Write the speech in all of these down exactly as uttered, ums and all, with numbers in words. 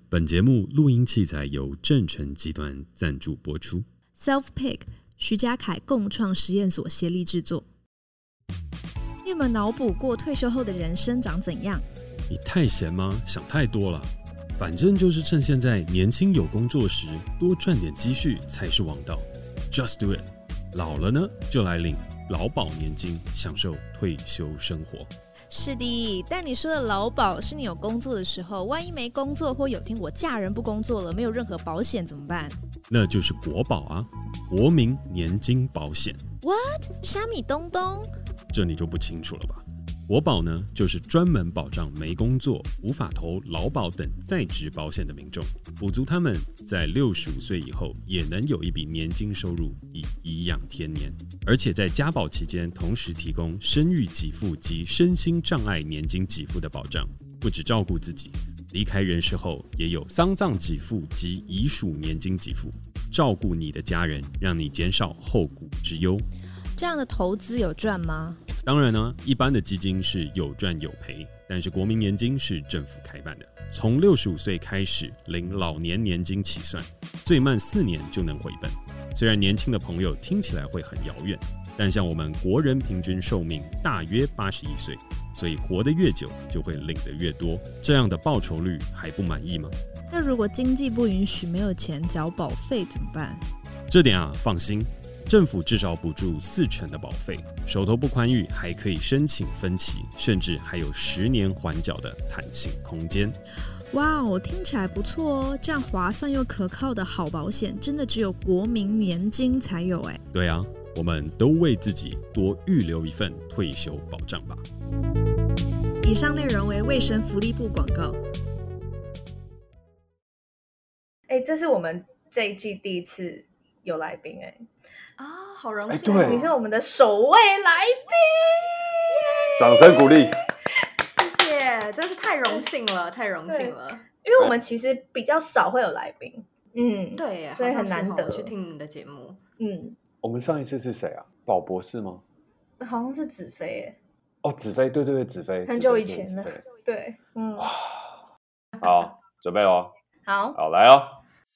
本节目录音器材由正成集团赞助播出。 Self-Pick 徐家凯共创实验所协力制作。你有没有脑补过退休后的人生长怎样？ 你太闲吗？想太多了。反正就是趁现在年轻有工作时，多赚点积蓄才是王道。Just do it。老了呢，就来领劳保年金，享受退休生活。 是的，但你说的劳保是你有工作的时候，万一没工作，或有天我嫁人不工作了，没有任何保险怎么办？ 那就是国保啊，国民年金保险。 What？ 虾米东东？ 这你就不清楚了吧？国保呢，就是专门保障没工作、无法投劳保等在职保险的民众，补足他们在六十五岁以后也能有一笔年金收入，以颐养天年。而且在加保期间，同时提供生育给付及身心障碍年金给付的保障，不只照顾自己，离开人世后也有丧葬给付及遗属年金给付，照顾你的家人，让你减少后顾之忧。 这样的投资有赚吗？ 当然呢，一般的基金是有赚有赔，但是国民年金是政府开办的，从六十五岁开始领老年年金起算，最慢四年就能回本。虽然年轻的朋友听起来会很遥远，但像我们国人平均寿命大约八十一岁，所以活得越久就会领得越多，这样的报酬率还不满意吗？ 那如果经济不允许，没有钱缴保费怎么办？ 这点啊，放心。政府至少补助四成的保费，手头不宽裕还可以申请分期，甚至还有十年还缴的弹性空间。 哇哦，听起来不错哦！这样划算又可靠的好保险，真的只有国民年金才有哎。 对啊，我们都为自己多预留一份退休保障吧。 以上内容为卫生福利部广告。 哎，这是我们这一季第一次有来宾哎。 啊、哦，好荣幸、 哦！ 你是我们的首位来宾， 掌声鼓励！ 谢谢，真是太荣幸了，太荣幸了。 因为我们其实比较少会有来宾，嗯， 对， 所以很难得去听你们的节目。 嗯， 我们上一次是谁啊？宝博士吗？ 好像是子飞耶。 哦，子飞，对对对，子飞， 很久以前了。对，嗯。 哇，好，准备哦。 好， 好，来哦。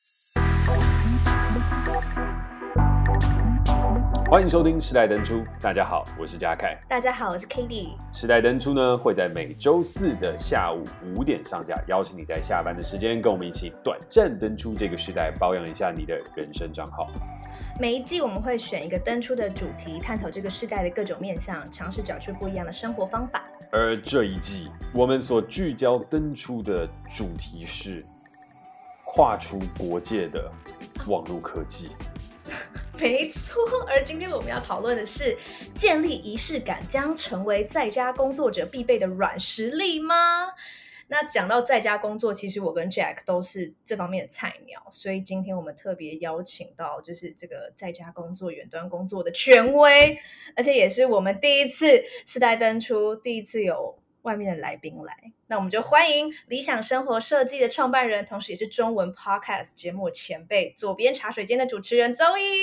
欢迎收听时代登出，大家好，我是嘉凯。 大家好，我是 Katie。 时代登出呢会在每周四的下午五点上架，邀请你在下班的时间跟我们一起短暂登出这个时代，保养一下你的人生账号。 每一季我们会选一个登出的主题，探讨这个世代的各种面向，尝试找出不一样的生活方法。 而这一季我们所聚焦登出的主题是跨出国界的网络科技。 没错，而今天我们要讨论的是，建立仪式感将成为在家工作者必备的软实力吗？那讲到在家工作，其实我跟 Jack 都是这方面的菜鸟，所以今天我们特别邀请到就是这个在家工作、远端工作的权威，而且也是我们第一次世代登出，第一次有外面的来宾来，那我们就欢迎理想生活设计的创办人，同时也是中文 podcast 节目前辈左边茶水间的主持人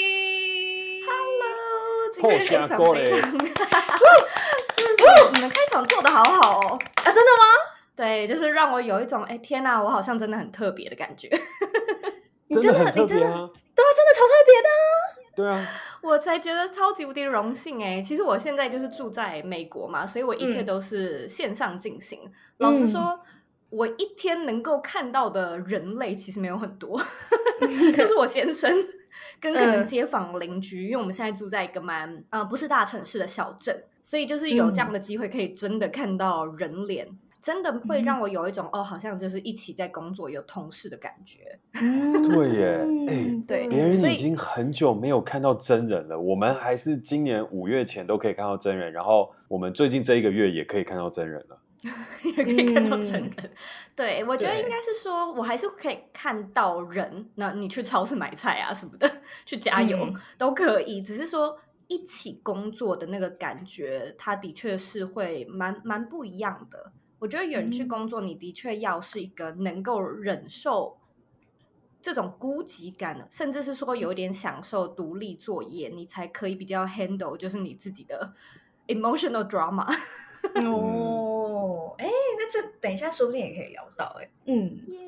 Zoe。Hello， 今天很想被当，就是你们开场做得好好哦。 啊，真的吗？ 对，就是让我有一种哎天哪，我好像真的很特别的感觉。 你真的很特别啊！ 对啊，真的超特别的啊！ 对啊， 我才觉得超级无敌荣幸哎！其实我现在就是住在美国嘛，所以我一切都是线上进行。嗯、老实说，我一天能够看到的人类其实没有很多，就是我先生跟可能街坊邻居，因为我们现在住在一个蛮呃不是大城市的小镇，所以就是有这样的机会可以真的看到人脸。真的会让我有一种、嗯、哦，好像就是一起在工作，有同事的感觉。 对耶，哎、欸， 对， 别人已经很久没有看到真人了，我们还是今年五月前都可以看到真人，然后我们最近这一个月也可以看到真人了， 也可以看到真人。嗯、对，我觉得应该是说，我还是可以看到人。那你去超市买菜啊什么的，去加油、嗯、都可以，只是说。一起工作的那个感觉，它的确是会蛮蛮不一样的。我觉得远距工作，你的确要是一个能够忍受这种孤寂感，甚至是说有点享受独立作业，你才可以比较 handle 就是你自己的 emotional drama。 哦，哎，那这等一下说不定也可以聊到哎。嗯，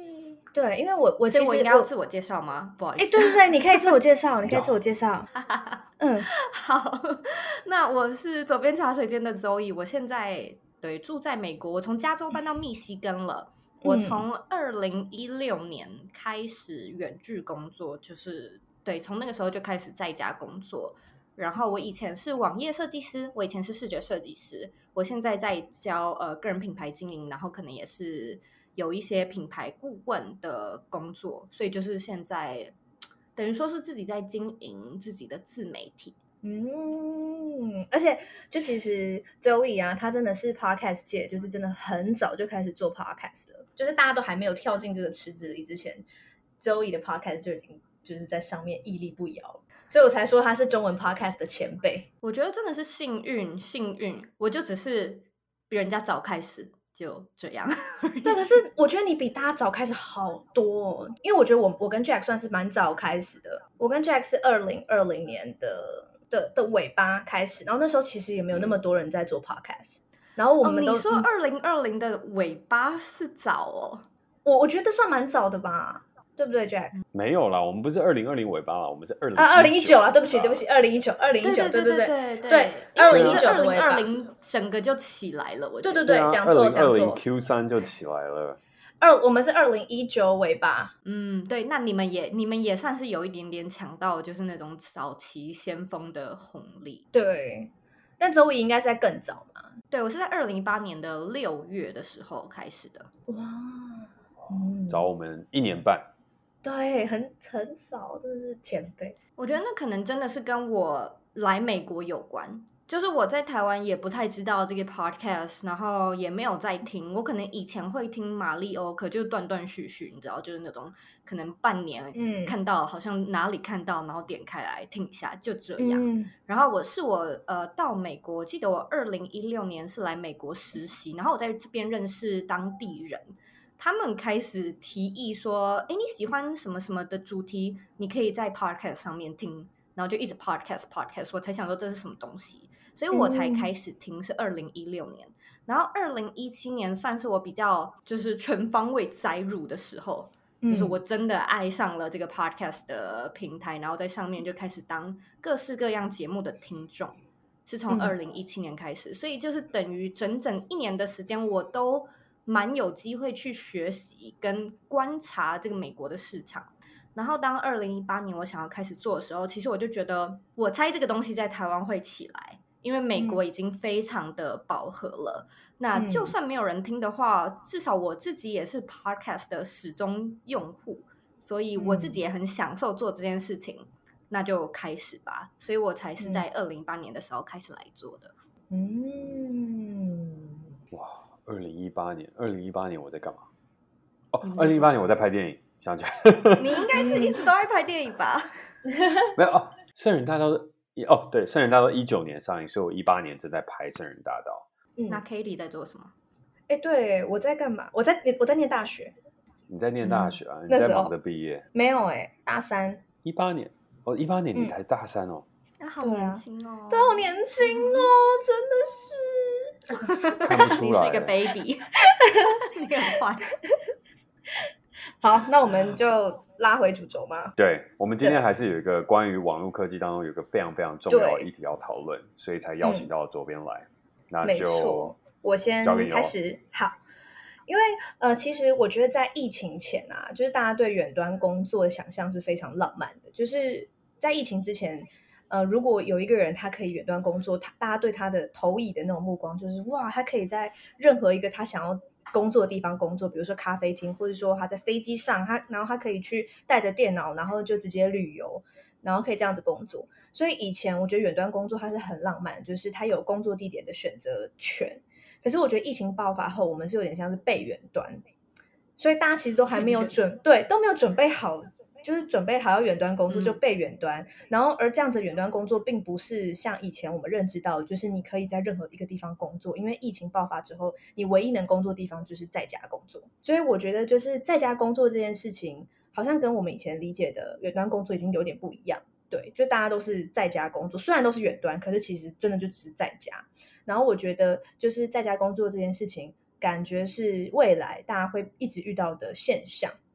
对，因为我我其实所以我应该要自我介绍吗？不好意思， 哎，对对对，你可以自我介绍，你可以自我介绍。嗯， 好，那我是左边茶水间的 Zoe， 我现在对住在美国，我从加州搬到密西根了。我从二零一六年开始远距工作，就是对，从那个时候就开始在家工作。然后我以前是网页设计师，我以前是视觉设计师，我现在在教呃个人品牌经营，然后可能也是有一些品牌顾问的工作，所以就是现在等于说是自己在经营自己的自媒体。 嗯，而且就其实 Zoe 啊，他真的是 podcast 界，就是真的很早就开始做 podcast 了，就是大家都还没有跳进这个池子里之前 ，Zoe 的 podcast 就已经就是在上面屹立不摇，所以我才说他是中文 podcast 的前辈。 我觉得真的是幸运，幸运，我就只是比人家早开始。就这样对，可是我觉得你比大家早开始好多、哦，因为我觉得我我跟 Jack 算是蛮早开始的，我跟 Jack 是二零二零年的的的尾巴开始，然后那时候其实也没有那么多人在做 podcast， 然后我们都、 哦、你说二零二零的尾巴是早哦， 我我觉得算蛮早的吧。对不对 ，Jack？ 没有啦，我们不是二零二零尾巴啦，我们是二零啊，二零一九啊，对不起，对不起，二零一九，二零一九，对对对对对，二零一九的尾巴， 二零二零整个就起来了，我对对对，讲错讲错 ，Q 三就起来了。 二，我们是二零一九尾巴， 嗯，对，那你们也你们也算是有一点点抢到，就是那种早期先锋的红利。 对，但周易应该是在更早嘛？ 对，我是在二零一八年的六月的时候开始的。 哇， 嗯、找我们一年半。 对，很很早，真的是前辈。 我觉得那可能真的是跟我来美国有关，就是我在台湾也不太知道这个 podcast， 然后也没有在听。我可能以前会听马里欧，可就断断续续，你知道，就是那种可能半年看到、嗯、好像哪里看到，然后点开来听一下，就这样。嗯、然后我是我呃到美国，我记得我二零一六年是来美国实习，然后我在这边认识当地人。他们开始提议说，哎，你喜欢什么什么的主题，你可以在 podcast 上面听，然后就一直 podcast podcast， 我才想说这是什么东西，所以我才开始听，是二零一六年。然后二零一七年算是我比较就是全方位栽入的时候，嗯、就是我真的爱上了这个 podcast 的平台，然后在上面就开始当各式各样节目的听众，是从二零一七年开始、嗯、所以就是等于整整一年的时间我都蛮有机会去学习跟观察这个美国的市场。然后当二零一八年我想要开始做的时候，其实我就觉得我猜这个东西在台湾会起来，因为美国已经非常的饱和了、嗯、那就算没有人听的话、嗯、至少我自己也是 podcast 的始终用户，所以我自己也很享受做这件事情、嗯、那就开始吧。所以我才是在二零一八年的时候开始来做的。 嗯，哇，二零一八年二零一八年我在干嘛？哦，二零一八年我在拍电影，想起来。 你应该是一直都在拍电影吧？ 没有哦，圣人大道是哦，对，圣人大道一九年上映，所以我一八年正在拍圣人大道。 嗯，那 Katie 在做什么？ 哎，对，我在干嘛？我在我在念大学。 你在念大学啊？嗯、你在忙着毕业？ 没有哎、欸，大三。 一八年哦，一八年你才大三哦。 那、嗯、好年轻哦， 对，好年轻哦，真的是。 看不出来， 你是一个 baby， 你很坏。 好，那我们就拉回主轴嘛。 对，我们今天还是有一个关于网络科技当中有一个非常非常重要的议题要讨论，所以才邀请到左边来。嗯、那就我先开始。好，因为呃，其实我觉得在疫情前啊，就是大家对远端工作的想象是非常浪漫的，就是在疫情之前。呃，如果有一个人他可以远端工作，他大家对他的投以的那种目光就是哇，他可以在任何一个他想要工作的地方工作，比如说咖啡厅，或者说他在飞机上，他然后他可以去带着电脑，然后就直接旅游，然后可以这样子工作。所以以前我觉得远端工作它是很浪漫，就是他有工作地点的选择权。可是我觉得疫情爆发后，我们是有点像是被远端，所以大家其实都还没有准对都没有准备好。就是准备好要远端工作就被远端、嗯、然后而这样子远端工作并不是像以前我们认知到的就是你可以在任何一个地方工作，因为疫情爆发之后你唯一能工作的地方就是在家工作。所以我觉得就是在家工作这件事情好像跟我们以前理解的远端工作已经有点不一样。对，就大家都是在家工作，虽然都是远端，可是其实真的就只是在家。然后我觉得就是在家工作这件事情感觉是未来大家会一直遇到的现象，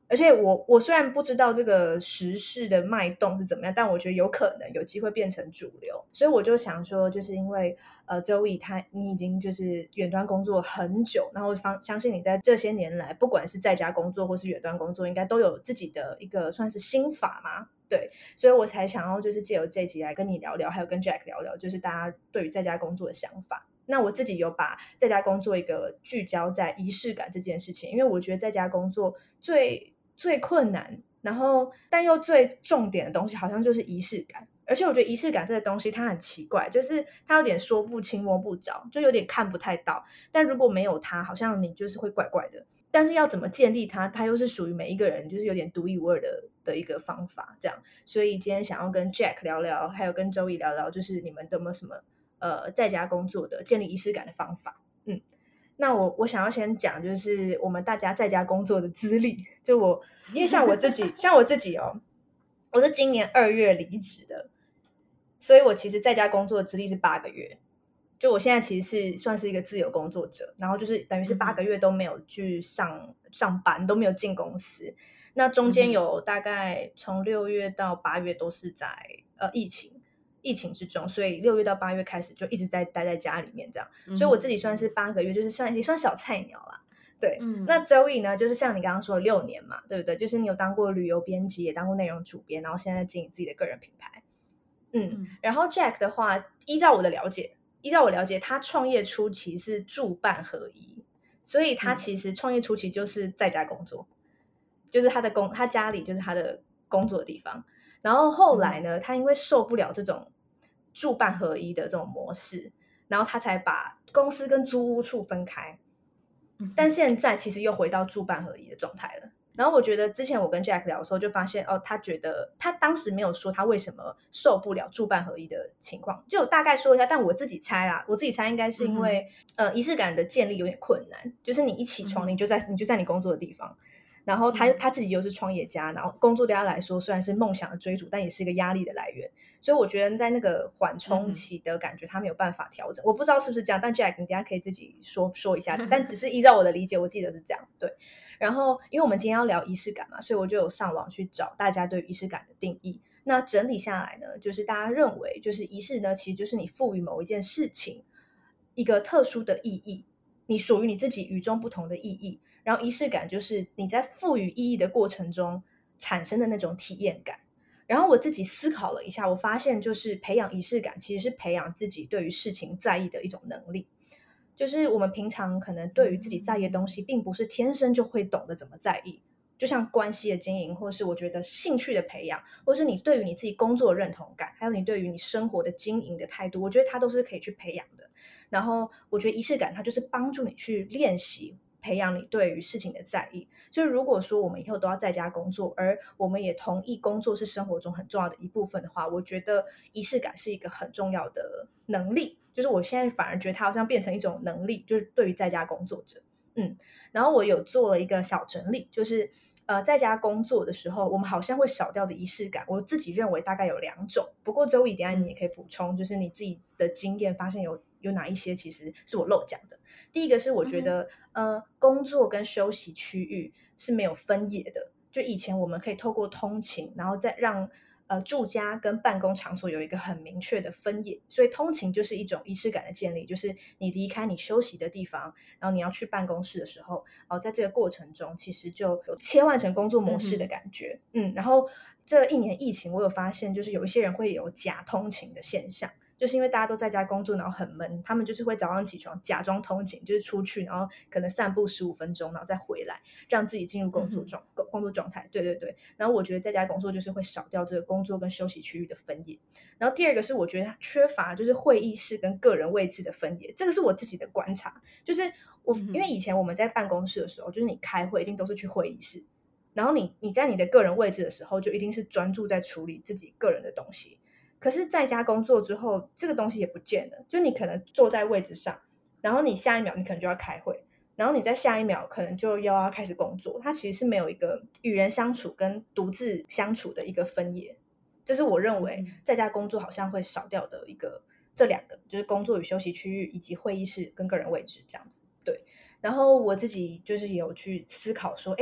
而且我我虽然不知道这个时事的脉动是怎么样，但我觉得有可能有机会变成主流，所以我就想说，就是因为呃周易他你已经就是远端工作很久，然后方相信你在这些年来，不管是在家工作或是远端工作，应该都有自己的一个算是心法嘛，对，所以我才想要就是借由这一集来跟你聊聊，还有跟 Jack 聊聊，就是大家对于在家工作的想法。那我自己有把在家工作一个聚焦在仪式感这件事情，因为我觉得在家工作最最困难，然后但又最重点的东西好像就是仪式感。而且我觉得仪式感这个东西它很奇怪，就是它有点说不清摸不着，就有点看不太到，但如果没有它好像你就是会怪怪的，但是要怎么建立它，它又是属于每一个人就是有点独一无二的的一个方法这样。所以今天想要跟 Jack 聊聊，还有跟周易聊聊，就是你们有没有什么呃在家工作的建立仪式感的方法。嗯，那我我想要先讲就是我们大家在家工作的资历，就我因为像我自己像我自己哦，我是今年二月离职的，所以我其实在家工作的资历是八个月，就我现在其实是算是一个自由工作者，然后就是等于是八个月都没有去上上班，都没有进公司。那中间有大概从六月到八月都是在呃疫情疫情之中，所以六月到八月开始就一直在待在家里面这样，所以我自己算是八个月，就是算也算小菜鸟啦。对，嗯、那周易呢，就是像你刚刚说的六年嘛，对不对？就是你有当过旅游编辑，也当过内容主编，然后现在经营自己的个人品牌。嗯，嗯然后 Jack 的话，依照我的了解，依照我了解，他创业初期是住办合一，所以他其实创业初期就是在家工作，嗯、就是他的工，他家里就是他的工作的地方。然后后来呢，嗯、他因为受不了这种住办合一的这种模式，然后他才把公司跟租屋处分开。但现在其实又回到住办合一的状态了。然后我觉得之前我跟 Jack 聊的时候就发现，哦，他觉得他当时没有说他为什么受不了住办合一的情况，就有大概说一下，但我自己猜啦，我自己猜应该是因为、嗯、呃仪式感的建立有点困难，就是你一起床你就在、嗯、你就在你工作的地方，然后他他自己又是创业家，然后工作对他来说虽然是梦想的追逐，但也是一个压力的来源，所以我觉得在那个缓冲期的感觉他没有办法调整、嗯、我不知道是不是这样，但 Jack 你等一下可以自己说说一下，但只是依照我的理解我记得是这样。对，然后因为我们今天要聊仪式感嘛，所以我就有上网去找大家对仪式感的定义，那整理下来呢，就是大家认为就是仪式呢其实就是你赋予某一件事情一个特殊的意义，你属于你自己与众不同的意义，然后仪式感就是你在赋予意义的过程中产生的那种体验感。然后我自己思考了一下，我发现就是培养仪式感其实是培养自己对于事情在意的一种能力，就是我们平常可能对于自己在意的东西并不是天生就会懂得怎么在意，就像关系的经营，或是我觉得兴趣的培养，或是你对于你自己工作的认同感，还有你对于你生活的经营的态度，我觉得它都是可以去培养的。然后我觉得仪式感它就是帮助你去练习培养你对于事情的在意。就是如果说我们以后都要在家工作，而我们也同意工作是生活中很重要的一部分的话，我觉得仪式感是一个很重要的能力，就是我现在反而觉得它好像变成一种能力，就是对于在家工作者。嗯，然后我有做了一个小整理，就是呃，在家工作的时候我们好像会少掉的仪式感，我自己认为大概有两种，不过周易等一下你也可以补充，就是你自己的经验发现有有哪一些其实是我漏讲的。第一个是我觉得、嗯、呃，工作跟休息区域是没有分野的，就以前我们可以透过通勤然后再让呃住家跟办公场所有一个很明确的分野，所以通勤就是一种仪式感的建立，就是你离开你休息的地方，然后你要去办公室的时候、呃、在这个过程中其实就有切换成工作模式的感觉。 嗯, 嗯然后这一年疫情我有发现就是有一些人会有假通勤的现象，就是因为大家都在家工作然后很闷，他们就是会早上起床假装通勤，就是出去然后可能散步十五分钟然后再回来，让自己进入工作状、嗯、工作状态。对对对，然后我觉得在家工作就是会少掉这个工作跟休息区域的分野。然后第二个是我觉得缺乏就是会议室跟个人位置的分野，这个是我自己的观察，就是我、嗯、因为以前我们在办公室的时候，就是你开会一定都是去会议室，然后你你在你的个人位置的时候就一定是专注在处理自己个人的东西，可是在家工作之后这个东西也不见了，就你可能坐在位置上，然后你下一秒你可能就要开会，然后你在下一秒可能就要开始工作，它其实是没有一个与人相处跟独自相处的一个分野，这是我认为在家工作好像会少掉的一个，这两个就是工作与休息区域以及会议室跟个人位置这样子。对，然后我自己就是有去思考说，哎，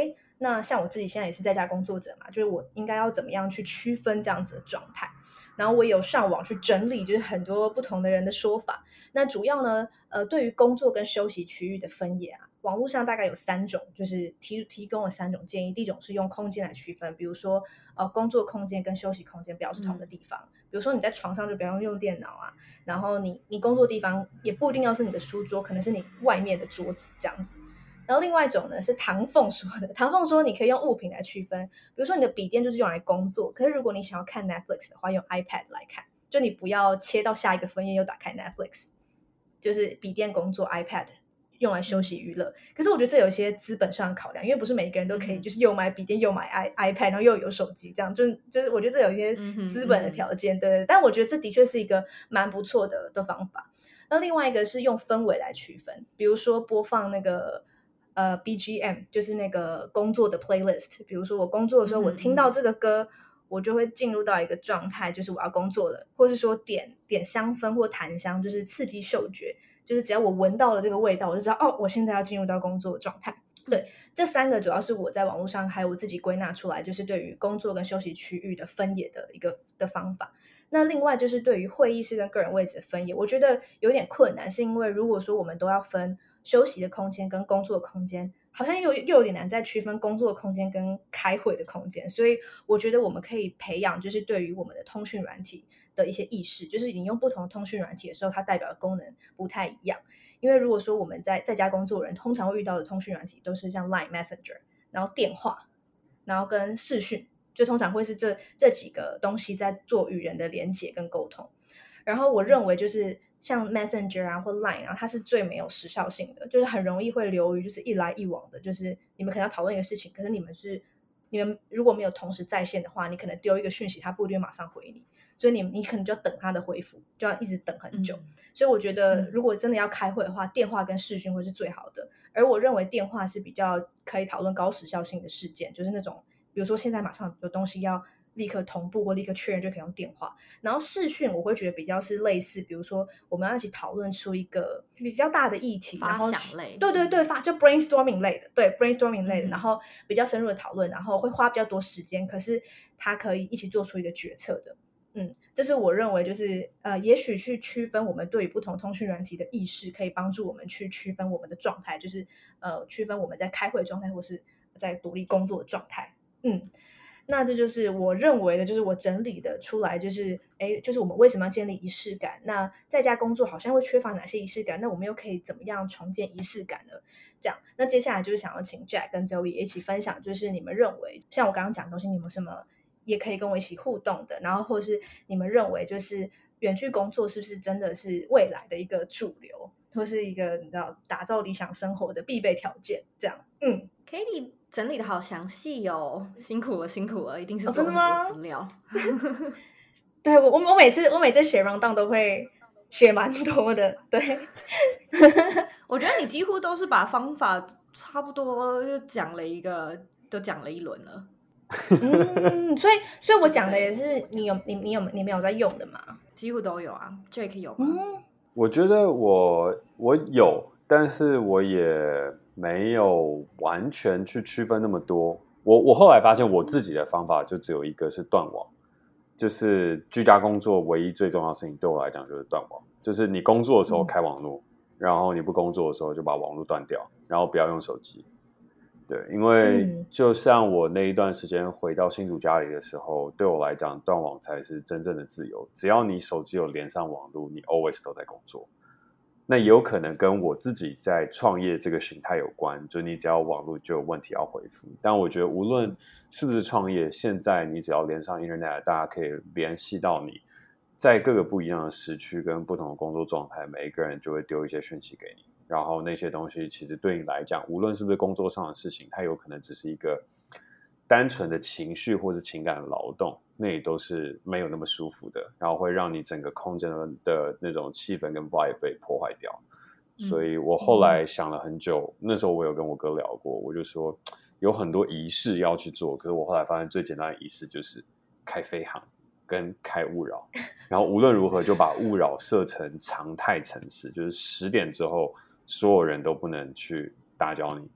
那像我自己现在也是在家工作者嘛，就是我应该要怎么样去区分这样子的状态。然后我也有上网去整理，就是很多不同的人的说法。那主要呢，呃，对于工作跟休息区域的分野啊，网络上大概有三种，就是提提供了三种建议。第一种是用空间来区分，比如说呃，工作空间跟休息空间不要是同个地方。嗯、比如说你在床上就不要用电脑啊，然后你你工作地方也不一定要是你的书桌，可能是你外面的桌子这样子。然后另外一种呢是唐凤说的，唐凤说你可以用物品来区分，比如说你的笔电就是用来工作，可是如果你想要看 Netflix 的话，用 iPad 来看，就你不要切到下一个分页又打开 Netflix， 就是笔电工作 iPad 用来休息娱乐。可是我觉得这有一些资本上的考量，因为不是每一个人都可以就是又买笔电又买 i iPad 然后又有手机这样，就就是我觉得这有一些资本的条件，对对。但我觉得这的确是一个蛮不错的的方法。那另外一个是用氛围来区分，比如说播放那个呃 B G M， 就是那个工作的 playlist。比如说我工作的时候，我听到这个歌，我就会进入到一个状态，就是我要工作了，或是说点点香氛或檀香，就是刺激嗅觉，就是只要我闻到了这个味道，我就知道哦，我现在要进入到工作的状态。对，这三个主要是我在网络上还有我自己归纳出来，就是对于工作跟休息区域的分野的一个的方法。那另外就是对于会议室跟个人位置的分野，我觉得有点困难，是因为如果说我们都要分休息的空间跟工作的空间，好像又又有点难再区分工作的空间跟开会的空间。所以我觉得我们可以培养就是对于我们的通讯软体的一些意识，就是你用不同的通讯软体的时候，它代表的功能不太一样。因为如果说我们在在家工作的人通常会遇到的通讯软体都是像 Line Messenger， 然后电话，然后跟视讯，就通常会是这这几个东西在做与人的连结跟沟通。然后我认为就是像 Messenger 啊或 Line 啊，它是最没有时效性的，就是很容易会流于就是一来一往的，就是你们可能要讨论一个事情，可是你们是你们如果没有同时在线的话，你可能丢一个讯息，他不一定马上回你，所以你你可能就要等他的回复，就要一直等很久。嗯、所以我觉得如果真的要开会的话，电话跟视讯会是最好的。而我认为电话是比较可以讨论高时效性的事件，就是那种比如说现在马上有东西要立刻同步或立刻确认，就可以用电话。然后视讯我会觉得比较是类似，比如说我们要一起讨论出一个比较大的议题， 发想类， 对对对，发就 brainstorming 类的，对 brainstorming 类的、嗯、然后比较深入的讨论，然后会花比较多时间，可是它可以一起做出一个决策的。嗯，这是我认为就是呃，也许去区分我们对于不同通讯软体的意识，可以帮助我们去区分我们的状态，就是呃，区分我们在开会的状态或是在独立工作的状态。嗯，那这就是我认为的，就是我整理的出来，就是哎，就是我们为什么要建立仪式感？那在家工作好像会缺乏哪些仪式感？那我们又可以怎么样重建仪式感呢？这样，那接下来就是想要请 Jack 跟 Zoe 一起分享，就是你们认为像我刚刚讲的东西，你们有什么也可以跟我一起互动的，然后或是你们认为就是远距工作是不是真的是未来的一个主流，或是一个你知道打造理想生活的必备条件？这样，嗯 ，Katie 整理的好详细哦，辛苦了，辛苦了，一定是做了很多资料。 哦、对我，我每次我每次写 rundown 都会写蛮多的，对。 我觉得你几乎都是把方法差不多就讲了一个，都讲了一轮了。 嗯，所以所以我讲的也是你有你你有你没有在用的吗？ 几乎都有啊 ，Jake 有吗？ 嗯， 我觉得我我有，但是我也没有完全去区分那么多。我我后来发现我自己的方法就只有一个，是断网。就是居家工作唯一最重要的事情对我来讲就是断网，就是你工作的时候开网络，嗯、然后你不工作的时候就把网络断掉，然后不要用手机。对，因为就像我那一段时间回到新竹家里的时候，对我来讲断网才是真正的自由。只要你手机有连上网络，你 always 都在工作。那也有可能跟我自己在创业这个形态有关，就你只要网络就有问题要回复。但我觉得无论是不是创业，现在你只要连上 internet， 大家可以联系到你，在各个不一样的时区跟不同的工作状态，每一个人就会丢一些讯息给你。然后那些东西其实对你来讲，无论是不是工作上的事情，它有可能只是一个单纯的情绪或是情感的劳动，那也都是没有那么舒服的，然后会让你整个空间的那种气氛跟 vibe 被破坏掉。嗯、所以我后来想了很久，那时候我有跟我哥聊过，我就说有很多仪式要去做，可是我后来发现最简单的仪式就是开飞航跟开勿扰，然后无论如何就把勿扰设成常态程式，就是十点之后所有人都不能去打搅你，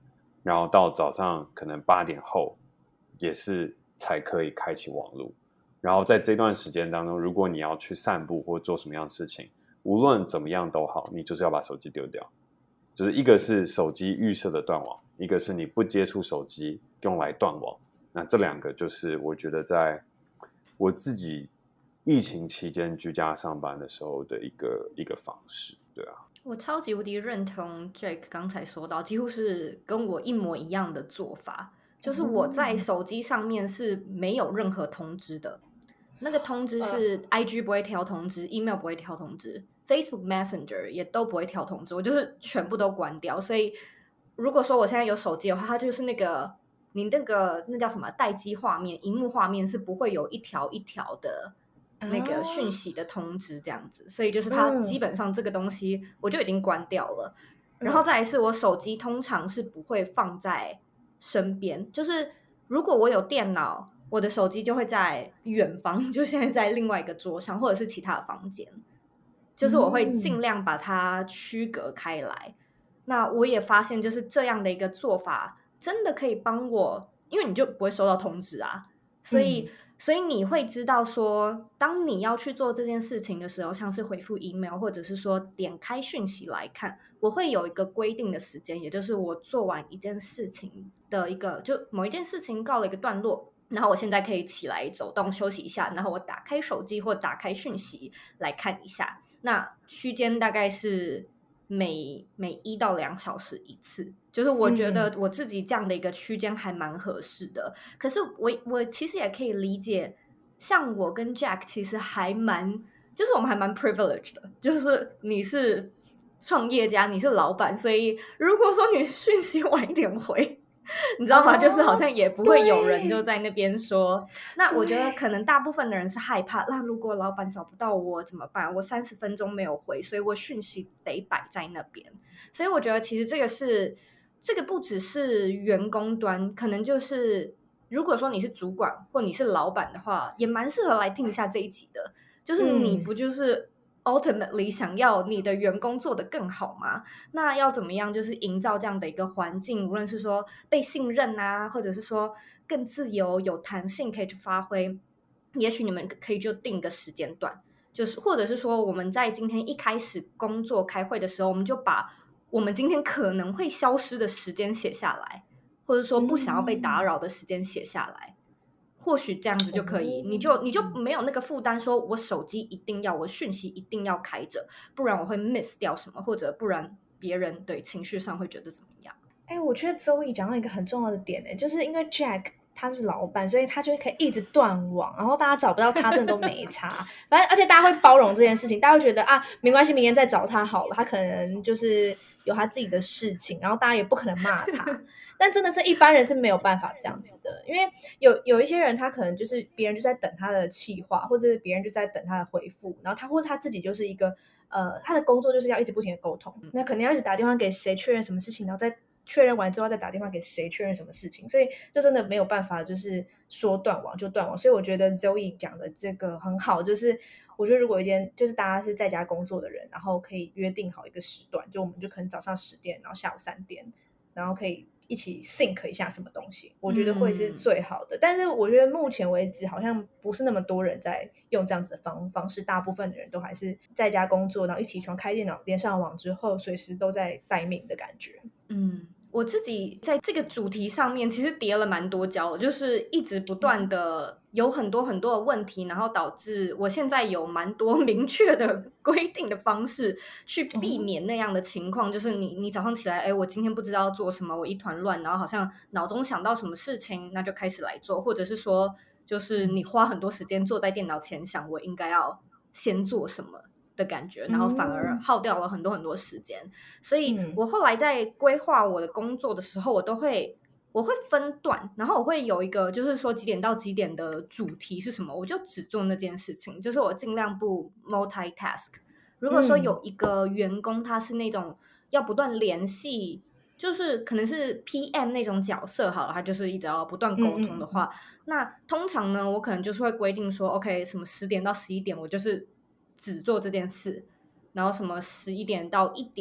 然后到早上可能八点后也是才可以开启网络。然后在这段时间当中，如果你要去散步或做什么样的事情，无论怎么样都好，你就是要把手机丢掉。就是一个是手机预设的断网，一个是你不接触手机用来断网。那这两个就是我觉得在我自己疫情期间居家上班的时候的一个一个方式。对啊， 我超级无敌认同 Jake 刚才说到，几乎是跟我一模一样的做法。就是我在手机上面是没有任何通知的，那个通知是 I G 不会跳通知， email 不会跳通知， Facebook Messenger 也都不会跳通知，我就是全部都关掉。所以如果说我现在有手机的话，它就是那个你那个那叫什么待机画面，萤幕画面是不会有一条一条的那个讯息的通知这样子，所以就是它基本上这个东西我就已经关掉了。然后再来是我手机通常是不会放在身边，就是如果我有电脑，我的手机就会在远方，就现在在另外一个桌上或者是其他的房间，就是我会尽量把它区隔开来。那我也发现就是这样的一个做法真的可以帮我，因为你就不会收到通知啊，所以、嗯、所以你会知道说当你要去做这件事情的时候，像是回复 email 或者是说点开讯息来看，我会有一个规定的时间，也就是我做完一件事情的一个，就某一件事情告了一个段落，然后我现在可以起来走动休息一下，然后我打开手机或打开讯息来看一下，那区间大概是每每一到两小时一次，就是我觉得我自己这样的一个区间还蛮合适的、嗯、可是我我其实也可以理解，像我跟 Jack 其实还蛮就是我们还蛮 privileged 的，就是你是创业家，你是老板，所以如果说你讯息晚一点回你知道吗、哦、就是好像也不会有人就在那边说，那我觉得可能大部分的人是害怕，那如果老板找不到我怎么办，我三十分钟没有回，所以我讯息得摆在那边。所以我觉得其实这个是这个不只是员工端，可能就是如果说你是主管或你是老板的话，也蛮适合来听一下这一集的，就是你不就是ultimately 想要你的员工做得更好吗？那要怎么样就是营造这样的一个环境，无论是说被信任啊，或者是说更自由有弹性可以去发挥，也许你们可以就定个时间段，就是或者是说我们在今天一开始工作开会的时候，我们就把我们今天可能会消失的时间写下来，或者说不想要被打扰的时间写下来、嗯或许这样子就可以，你就你就没有那个负担，说我手机一定要，我讯息一定要开着，不然我会 miss 掉什么，或者不然别人对情绪上会觉得怎么样。 哎，我觉得周易讲到一个很重要的点，哎，就是因为 Jack 他是老板，所以他就可以一直断网，然后大家找不到他真的都没差反正而且大家会包容这件事情，大家会觉得啊没关系，明天再找他好了，他可能就是有他自己的事情，然后大家也不可能骂他但真的是一般人是没有办法这样子的，因为有有一些人他可能就是别人就在等他的企划，或者别人就在等他的回复，然后他或者他自己就是一个呃他的工作就是要一直不停的沟通，那可能要一直打电话给谁确认什么事情，然后再确认完之后再打电话给谁确认什么事情，所以这真的没有办法就是说断网就断网。所以我觉得 Zoe 讲的这个很好，就是我觉得如果一天就是大家是在家工作的人，然后可以约定好一个时段，就我们就可能早上十点然后下午三点，然后可以一起 sync 一下什么东西，我觉得会是最好的、嗯、但是我觉得目前为止好像不是那么多人在用这样子的方方式，大部分的人都还是在家工作，然后一起床开电脑连上网之后随时都在待命的感觉。 嗯，我自己在这个主题上面其实跌了蛮多跤的，就是一直不断的有很多很多的问题，然后导致我现在有蛮多明确的规定的方式去避免那样的情况、嗯、就是你你早上起来，哎，我今天不知道要做什么，我一团乱，然后好像脑中想到什么事情那就开始来做，或者是说就是你花很多时间坐在电脑前想我应该要先做什么的感觉，然后反而耗掉了很多很多时间、嗯、所以我后来在规划我的工作的时候，我都会我会分段，然后我会有一个就是说几点到几点的主题是什么，我就只做那件事情，就是我尽量不 multitask。 如果说有一个员工他是那种要不断联系，就是可能是 P M 那种角色好了，他就是一直要不断沟通的话、嗯、那通常呢我可能就是会规定说 OK 什么十点到十一点我就是只做这件事，然后什么十一点到一点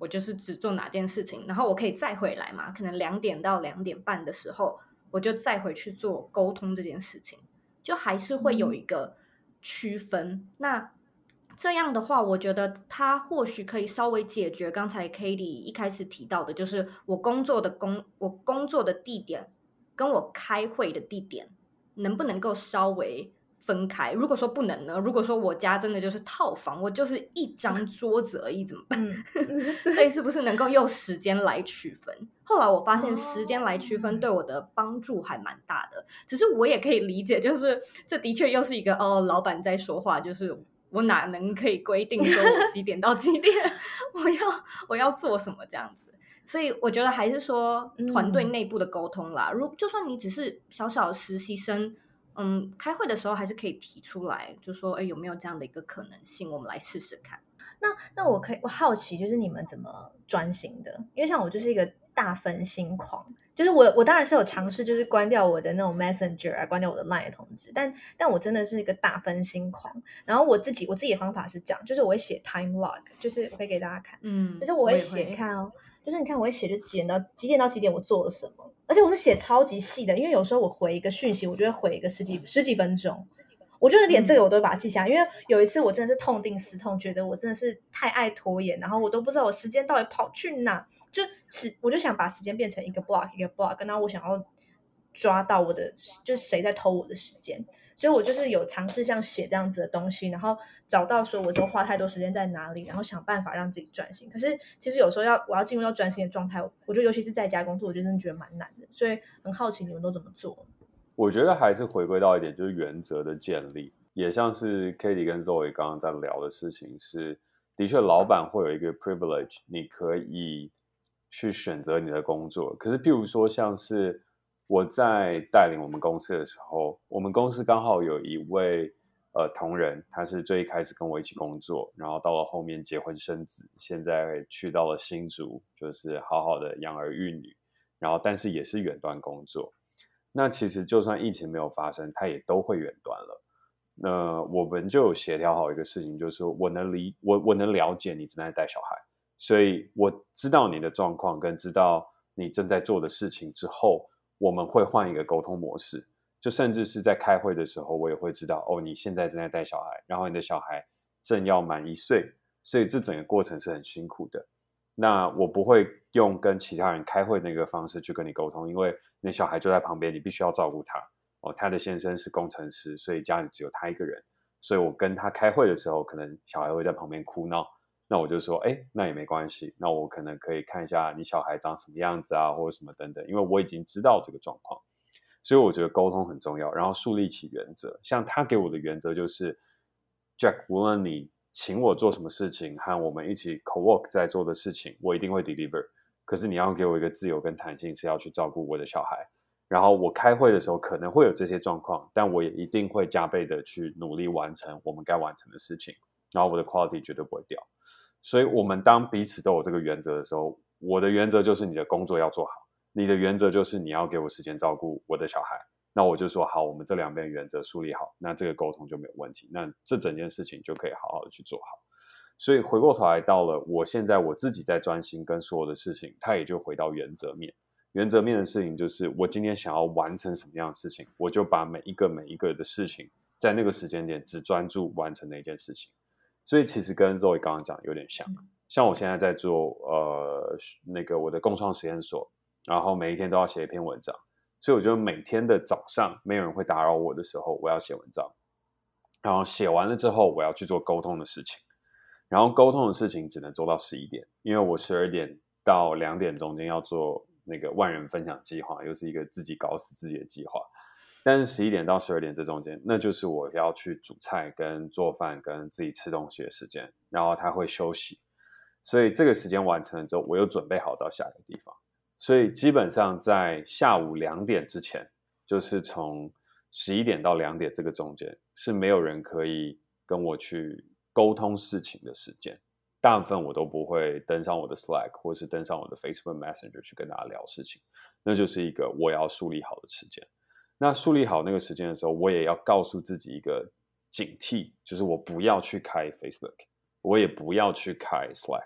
我就是只做哪件事情，然后我可以再回来嘛，可能两点到两点半的时候我就再回去做沟通这件事情，就还是会有一个区分、嗯、那这样的话我觉得它或许可以稍微解决刚才 Katie 一开始提到的，就是我工作的工我工作的地点跟我开会的地点能不能够稍微分开。如果说不能呢，如果说我家真的就是套房，我就是一张桌子而已怎么办、嗯、所以是不是能够用时间来区分。后来我发现时间来区分对我的帮助还蛮大的，只是我也可以理解，就是这的确又是一个哦，老板在说话，就是我哪能可以规定说我几点到几点我要我要做什么这样子。所以我觉得还是说团队内部的沟通啦、嗯、如就算你只是小小的实习生，嗯，开会的时候还是可以提出来，就说哎，有没有这样的一个可能性，我们来试试看。 那那我可以我好奇就是你们怎么专心的，因为像我就是一个大分心狂，就是我我当然是有尝试就是关掉我的那种 Messenger 啊，关掉我的 Line 的通知，但但我真的是一个大分心狂。然后我自己我自己的方法是这样，就是我会写 time log， 就是我可以给大家看，嗯，就是我会写看哦，就是你看我会写就几点到几点到几点我做了什么，而且我是写超级细的，因为有时候我回一个讯息，我就会回一个十几十几分钟。我觉得连这个我都会把它记下来、嗯、因为有一次我真的是痛定思痛，觉得我真的是太爱拖延，然后我都不知道我时间到底跑去哪，就是我就想把时间变成一个 block 一个 block， 然后我想要抓到我的就是谁在偷我的时间，所以我就是有尝试像写这样子的东西，然后找到说我都花太多时间在哪里，然后想办法让自己专心。可是其实有时候要我要进入到专心的状态，我觉得尤其是在家工作，我就真的觉得蛮难的，所以很好奇你们都怎么做。 我觉得还是回归到一点，就是原则的建立，也像是 Katie 跟 Zoe 刚刚在聊的事情是，的确老板会有一个 privilege， 你可以去选择你的工作。可是譬如说像是我在带领我们公司的时候，我们公司刚好有一位呃同仁，他是最一开始跟我一起工作，然后到了后面结婚生子，现在去到了新竹，就是好好的养儿育女，然后但是也是远端工作。那其实就算疫情没有发生，它也都会远端了。那我们就有协调好一个事情，就是我能理我我能了解你正在带小孩，所以我知道你的状况跟知道你正在做的事情之后，我们会换一个沟通模式。就甚至是在开会的时候，我也会知道哦，你现在正在带小孩，然后你的小孩正要满一岁，所以这整个过程是很辛苦的。那我不会用跟其他人开会那个方式去跟你沟通，因为你的小孩就在旁边，你必须要照顾他。哦，他的先生是工程师，所以家里只有他一个人，所以我跟他开会的时候，可能小孩会在旁边哭闹，那我就说，哎，那也没关系，那我可能可以看一下你小孩长什么样子啊，或者什么等等，因为我已经知道这个状况，所以我觉得沟通很重要，然后树立起原则。像他给我的原则就是 Jack， 无论你请我做什么事情和我们一起 co-work 在做的事情，我一定会 deliver， 可是你要给我一个自由跟弹性，是要去照顾我的小孩。然后我开会的时候可能会有这些状况，但我也一定会加倍的去努力完成我们该完成的事情，然后我的 quality 绝对不会掉。所以我们当彼此都有这个原则的时候，我的原则就是你的工作要做好，你的原则就是你要给我时间照顾我的小孩，那我就说好，我们这两边原则树立好，那这个沟通就没有问题，那这整件事情就可以好好的去做好。所以回过头来到了我现在我自己在专心跟所有的事情，它也就回到原则面。原则面的事情就是我今天想要完成什么样的事情，我就把每一个每一个的事情在那个时间点只专注完成那件事情。所以其实跟 Zoe 刚刚讲有点像，像我现在在做呃那个我的共创实验所，然后每一天都要写一篇文章，所以我觉得每天的早上没有人会打扰我的时候，我要写文章，然后写完了之后我要去做沟通的事情，然后沟通的事情只能做到十一点，因为我十二点到两点中间要做那个万人分享计划，又是一个自己搞死自己的计划，但是十一点到十二点这中间，那就是我要去煮菜跟做饭跟自己吃东西的时间，然后他会休息，所以这个时间完成了之后，我又准备好到下一个地方，所以基本上在下午两点之前，就是从十一点到两点这个中间是没有人可以跟我去沟通事情的时间，大部分我都不会登上我的 Slack 或是登上我的 Facebook Messenger 去跟大家聊事情，那就是一个我要树立好的时间。那树立好那个时间的时候，我也要告诉自己一个警惕，就是我不要去开 Facebook， 我也不要去开 Slack，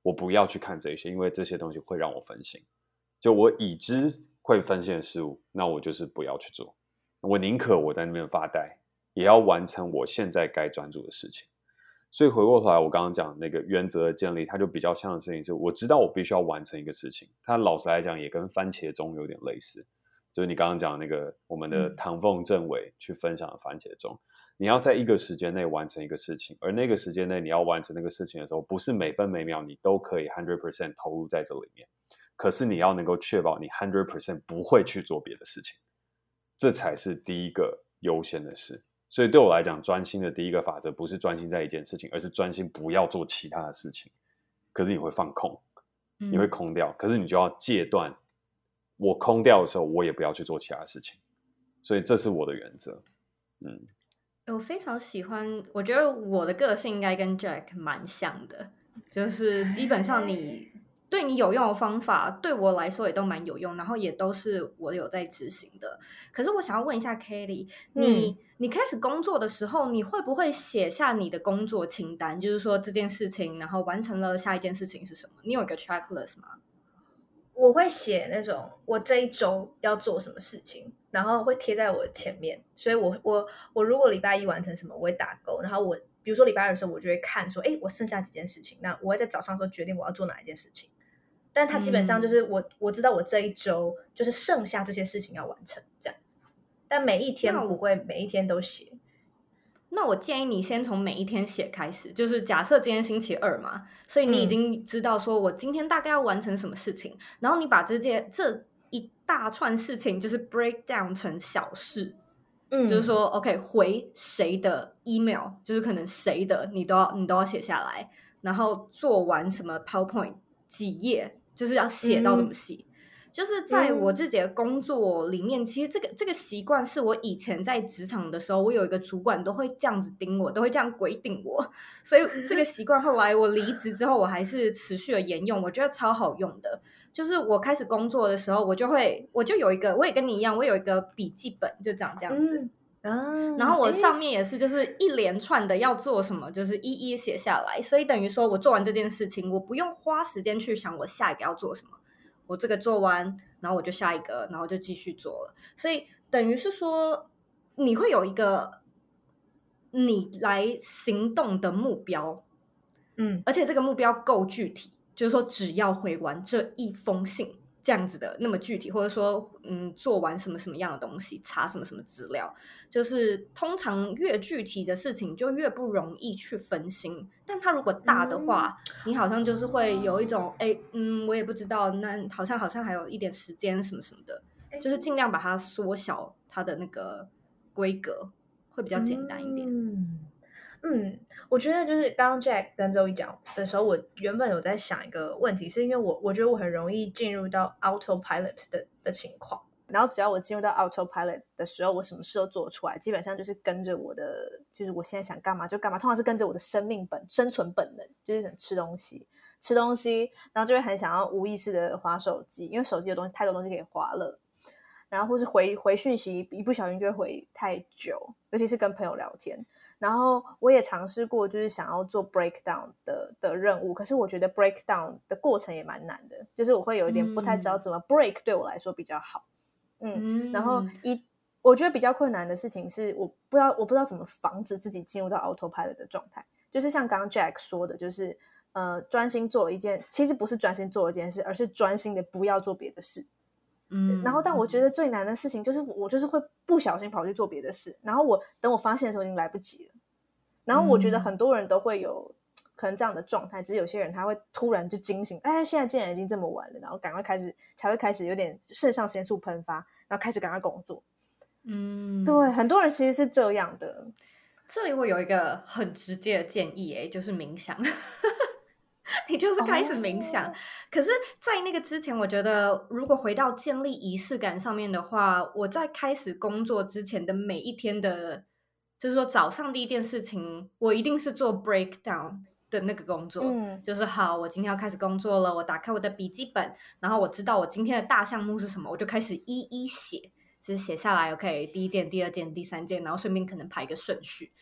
我不要去看这些，因为这些东西会让我分心。就我已知会分心的事物，那我就是不要去做。我宁可我在那边发呆，也要完成我现在该专注的事情。所以回过头来，我刚刚讲那个原则的建立，它就比较像的事情是，我知道我必须要完成一个事情。它老实来讲，也跟番茄钟有点类似，就是你刚刚讲那个我们的唐凤政委去分享的番茄钟。你要在一个时间内完成一个事情，而那个时间内你要完成那个事情的时候，不是每分每秒你都可以 百分之百 投入在这里面，可是你要能够确保你 百分之百 不会去做别的事情，这才是第一个优先的事。所以对我来讲，专心的第一个法则不是专心在一件事情，而是专心不要做其他的事情。可是你会放空，你会空掉，可是你就要戒断，我空掉的时候我也不要去做其他事情。所以这是我的原则。嗯， 我非常喜欢，我觉得我的个性应该跟 Jack 蛮像的，就是基本上你对你有用的方法对我来说也都蛮有用，然后也都是我有在执行的。可是我想要问一下 Kelly， 你、嗯、你开始工作的时候，你会不会写下你的工作清单，就是说这件事情然后完成了，下一件事情是什么？你有一个 checklist 吗？ 我会写那种我这一周要做什么事情，然后会贴在我的前面。所以我我我如果礼拜一完成什么，我会打勾。然后我比如说礼拜二的时候，我就会看说，哎，我剩下几件事情，那我会在早上的时候决定我要做哪一件事情。但它基本上就是我、嗯、我知道我这一周就是剩下这些事情要完成这样，但每一天不会每一天都写。 那我建议你先从每一天写开始，就是假设今天星期二嘛，所以你已经知道说我今天大概要完成什么事情、嗯、然后你把这件这一大串事情就是 break down 成小事、嗯、就是说 OK 回谁的 email， 就是可能谁的你都要你都要写下来，然后做完什么 PowerPoint 几页就是要写到这么细、嗯、就是在我自己的工作里面、嗯、其实这个这个习惯是我以前在职场的时候，我有一个主管都会这样子盯我，都会这样鬼顶我，所以这个习惯后来我离职之后我还是持续的沿用，我觉得超好用的。就是我开始工作的时候，我就会我就有一个，我也跟你一样，我有一个笔记本，就长这样子、嗯啊、然后我上面也是就是一连串的要做什么就是一一写下来，所以等于说我做完这件事情，我不用花时间去想我下一个要做什么，我这个做完然后我就下一个，然后就继续做了。所以等于是说你会有一个你来行动的目标，嗯，而且这个目标够具体，就是说只要回完这一封信这样子的那么具体，或者说嗯做完什么什么样的东西，查什么什么资料，就是通常越具体的事情就越不容易去分心。但它如果大的话、嗯、你好像就是会有一种哎嗯我也不知道，那好像好像还有一点时间什么什么的，就是尽量把它缩小它的那个规格，会比较简单一点。 嗯嗯，我觉得就是刚刚 Jack 跟周一讲的时候，我原本有在想一个问题，是因为我我觉得我很容易进入到 autopilot 的的情况，然后只要我进入到 autopilot 的时候，我什么事都做出来，基本上就是跟着我的，就是我现在想干嘛就干嘛，通常是跟着我的生命本生存本能，就是想吃东西吃东西，然后就会很想要无意识的滑手机，因为手机有东西太多东西可以滑了，然后或是回回讯息一不小心就会回太久，尤其是跟朋友聊天。然后我也尝试过就是想要做 breakdown 的的任务，可是我觉得 breakdown 的过程也蛮难的，就是我会有一点不太知道怎么 break 对我来说比较好。 嗯, 嗯然后一我觉得比较困难的事情是我不知道我不知道怎么防止自己进入到 autopilot 的状态，就是像刚刚 Jack 说的，就是呃专心做一件，其实不是专心做一件事，而是专心的不要做别的事。嗯，然后但我觉得最难的事情就是我就是会不小心跑去做别的事，然后我等我发现的时候已经来不及了。然后我觉得很多人都会有可能这样的状态，只是有些人他会突然就惊醒，哎，现在竟然已经这么晚了，然后赶快开始才会开始有点肾上腺素喷发，然后开始赶快工作。嗯，对，很多人其实是这样的。 这里我有一个很直接的建议，哎，就是冥想。你就是开始冥想、oh. 可是在那个之前，我觉得如果回到建立仪式感上面的话，我在开始工作之前的每一天的，就是说早上第一件事情我一定是做 breakdown 的那个工作、嗯、就是好，我今天要开始工作了，我打开我的笔记本，然后我知道我今天的大项目是什么，我就开始一一写，就是写下来 OK 第一件第二件第三件，然后顺便可能排个顺序。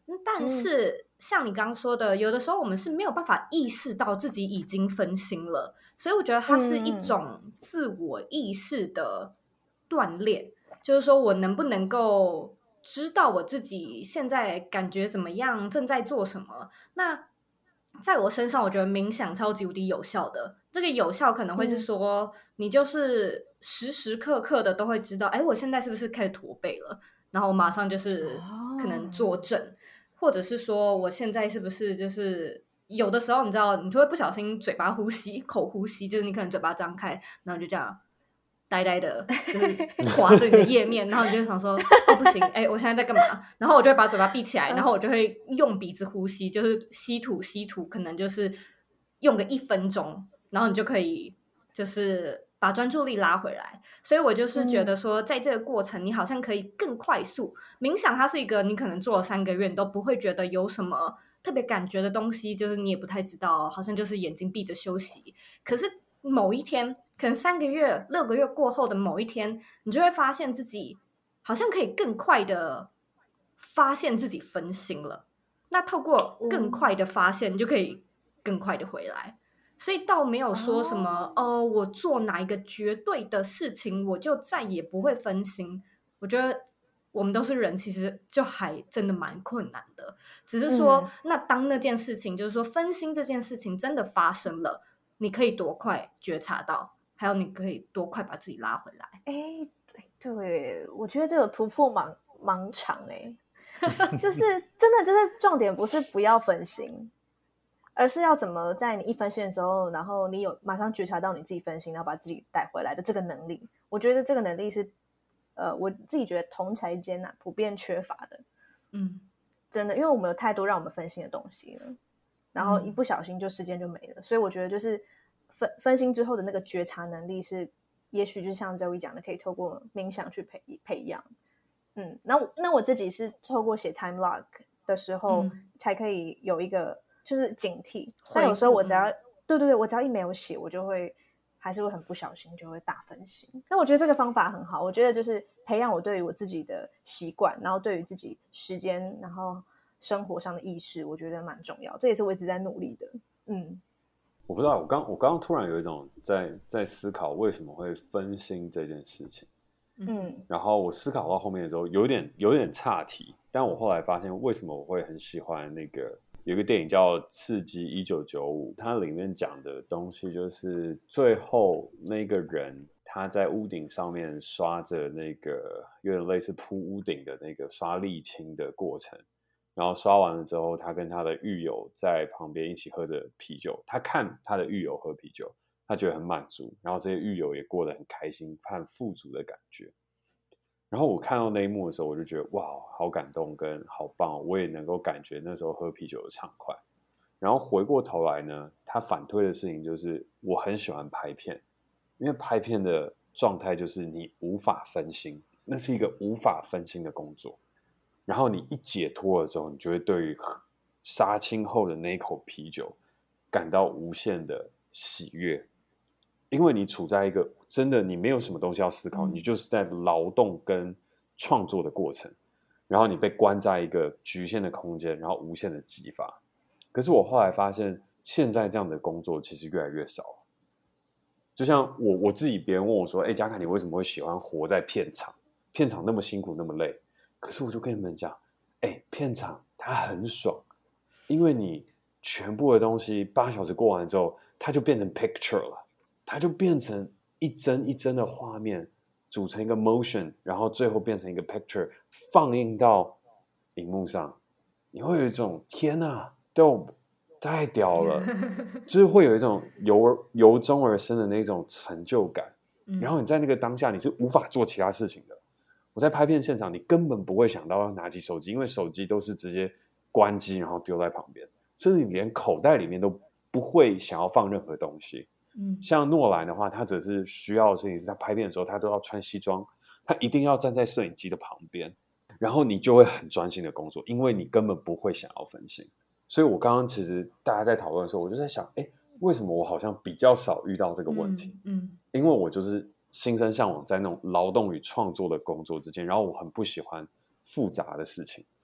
但是像你刚刚说的，有的时候我们是没有办法意识到自己已经分心了，所以我觉得它是一种自我意识的锻炼，就是说我能不能够知道我自己现在感觉怎么样，正在做什么。那在我身上我觉得冥想超级无敌有效的，这个有效可能会是说、嗯、你就是时时刻刻的都会知道，哎，我现在是不是开始驼背了，然后我马上就是可能坐正、哦、或者是说我现在是不是就是有的时候你知道你就会不小心嘴巴呼吸口呼吸，就是你可能嘴巴张开然后就这样呆呆的就是滑着你的页面然后你就想说哦不行，哎，我现在在干嘛，然后我就会把嘴巴闭起来，然后我就会用鼻子呼吸，就是吸吐吸吐，可能就是用个一分钟，然后你就可以就是把专注力拉回来。所以我就是觉得说在这个过程你好像可以更快速、嗯、冥想它是一个你可能做了三个月你都不会觉得有什么特别感觉的东西，就是你也不太知道，好像就是眼睛闭着休息。可是某一天可能三个月六个月过后的某一天，你就会发现自己好像可以更快的发现自己分心了，那透过更快的发现、嗯、你就可以更快的回来。所以倒没有说什么、哦呃、我做哪一个绝对的事情我就再也不会分心。我觉得我们都是人，其实就还真的蛮困难的，只是说、嗯、那当那件事情就是说分心这件事情真的发生了，你可以多快觉察到，还有你可以多快把自己拉回来。 哎，对，我觉得这个突破盲盲肠哎，就是真的就是重点不是不要分心，而是要怎么在你一分心的时候，然后你有马上觉察到你自己分心，然后把自己带回来的这个能力。我觉得这个能力是呃，我自己觉得同侪间啊普遍缺乏的。嗯，真的，因为我们有太多让我们分心的东西了，然后一不小心就时间就没了、嗯、所以我觉得就是分分心之后的那个觉察能力是也许就像 Zoe 讲的可以透过冥想去培培养。嗯，那那我自己是透过写 time log 的时候、嗯、才可以有一个就是警惕，但有时候我只要、嗯、对对对，我只要一没有写我就会还是会很不小心就会大分心。那我觉得这个方法很好，我觉得就是培养我对于我自己的习惯，然后对于自己时间然后生活上的意识，我觉得蛮重要，这也是我一直在努力的。嗯， 我不知道，我刚我刚刚突然有一种在在思考为什么会分心这件事情。嗯，然后我思考到后面的时候有点有点岔题，但我后来发现为什么我会很喜欢那个有一个电影叫《刺激一九九五》，它里面讲的东西就是最后那个人他在屋顶上面刷着那个有点类似铺屋顶的那个刷沥青的过程，然后刷完了之后他跟他的狱友在旁边一起喝着啤酒，他看他的狱友喝啤酒他觉得很满足，然后这些狱友也过得很开心和富足的感觉。然后我看到那一幕的时候我就觉得哇好感动跟好棒，我也能够感觉那时候喝啤酒的畅快。然后回过头来呢，他反推的事情就是我很喜欢拍片，因为拍片的状态就是你无法分心，那是一个无法分心的工作。然后你一解脱了之后，你就会对于杀青后的那一口啤酒感到无限的喜悦，因为你处在一个真的你没有什么东西要思考、嗯、你就是在劳动跟创作的过程，然后你被关在一个局限的空间，然后无限的激发。可是我后来发现现在这样的工作其实越来越少，就像我我自己，别人问我说哎，嘉凯你为什么会喜欢活在片场，片场那么辛苦那么累，可是我就跟你们讲哎，片场它很爽，因为你全部的东西八小时过完之后它就变成 picture 了，它就变成一帧一帧的画面组成一个 motion， 然后最后变成一个 picture 放映到荧幕上，你会有一种天哪 dope 太屌了就是会有一种由由衷而生的那种成就感、嗯、然后你在那个当下你是无法做其他事情的。我在拍片现场你根本不会想到要拿起手机，因为手机都是直接关机然后丢在旁边，甚至你连口袋里面都不会想要放任何东西。嗯，像诺兰的话他只是需要的事情是他拍片的时候他都要穿西装，他一定要站在摄影机的旁边，然后你就会很专心的工作，因为你根本不会想要分心。所以我刚刚其实大家在讨论的时候我就在想哎，为什么我好像比较少遇到这个问题、嗯嗯、因为我就是心生向往在那种劳动与创作的工作之间，然后我很不喜欢复杂的事情，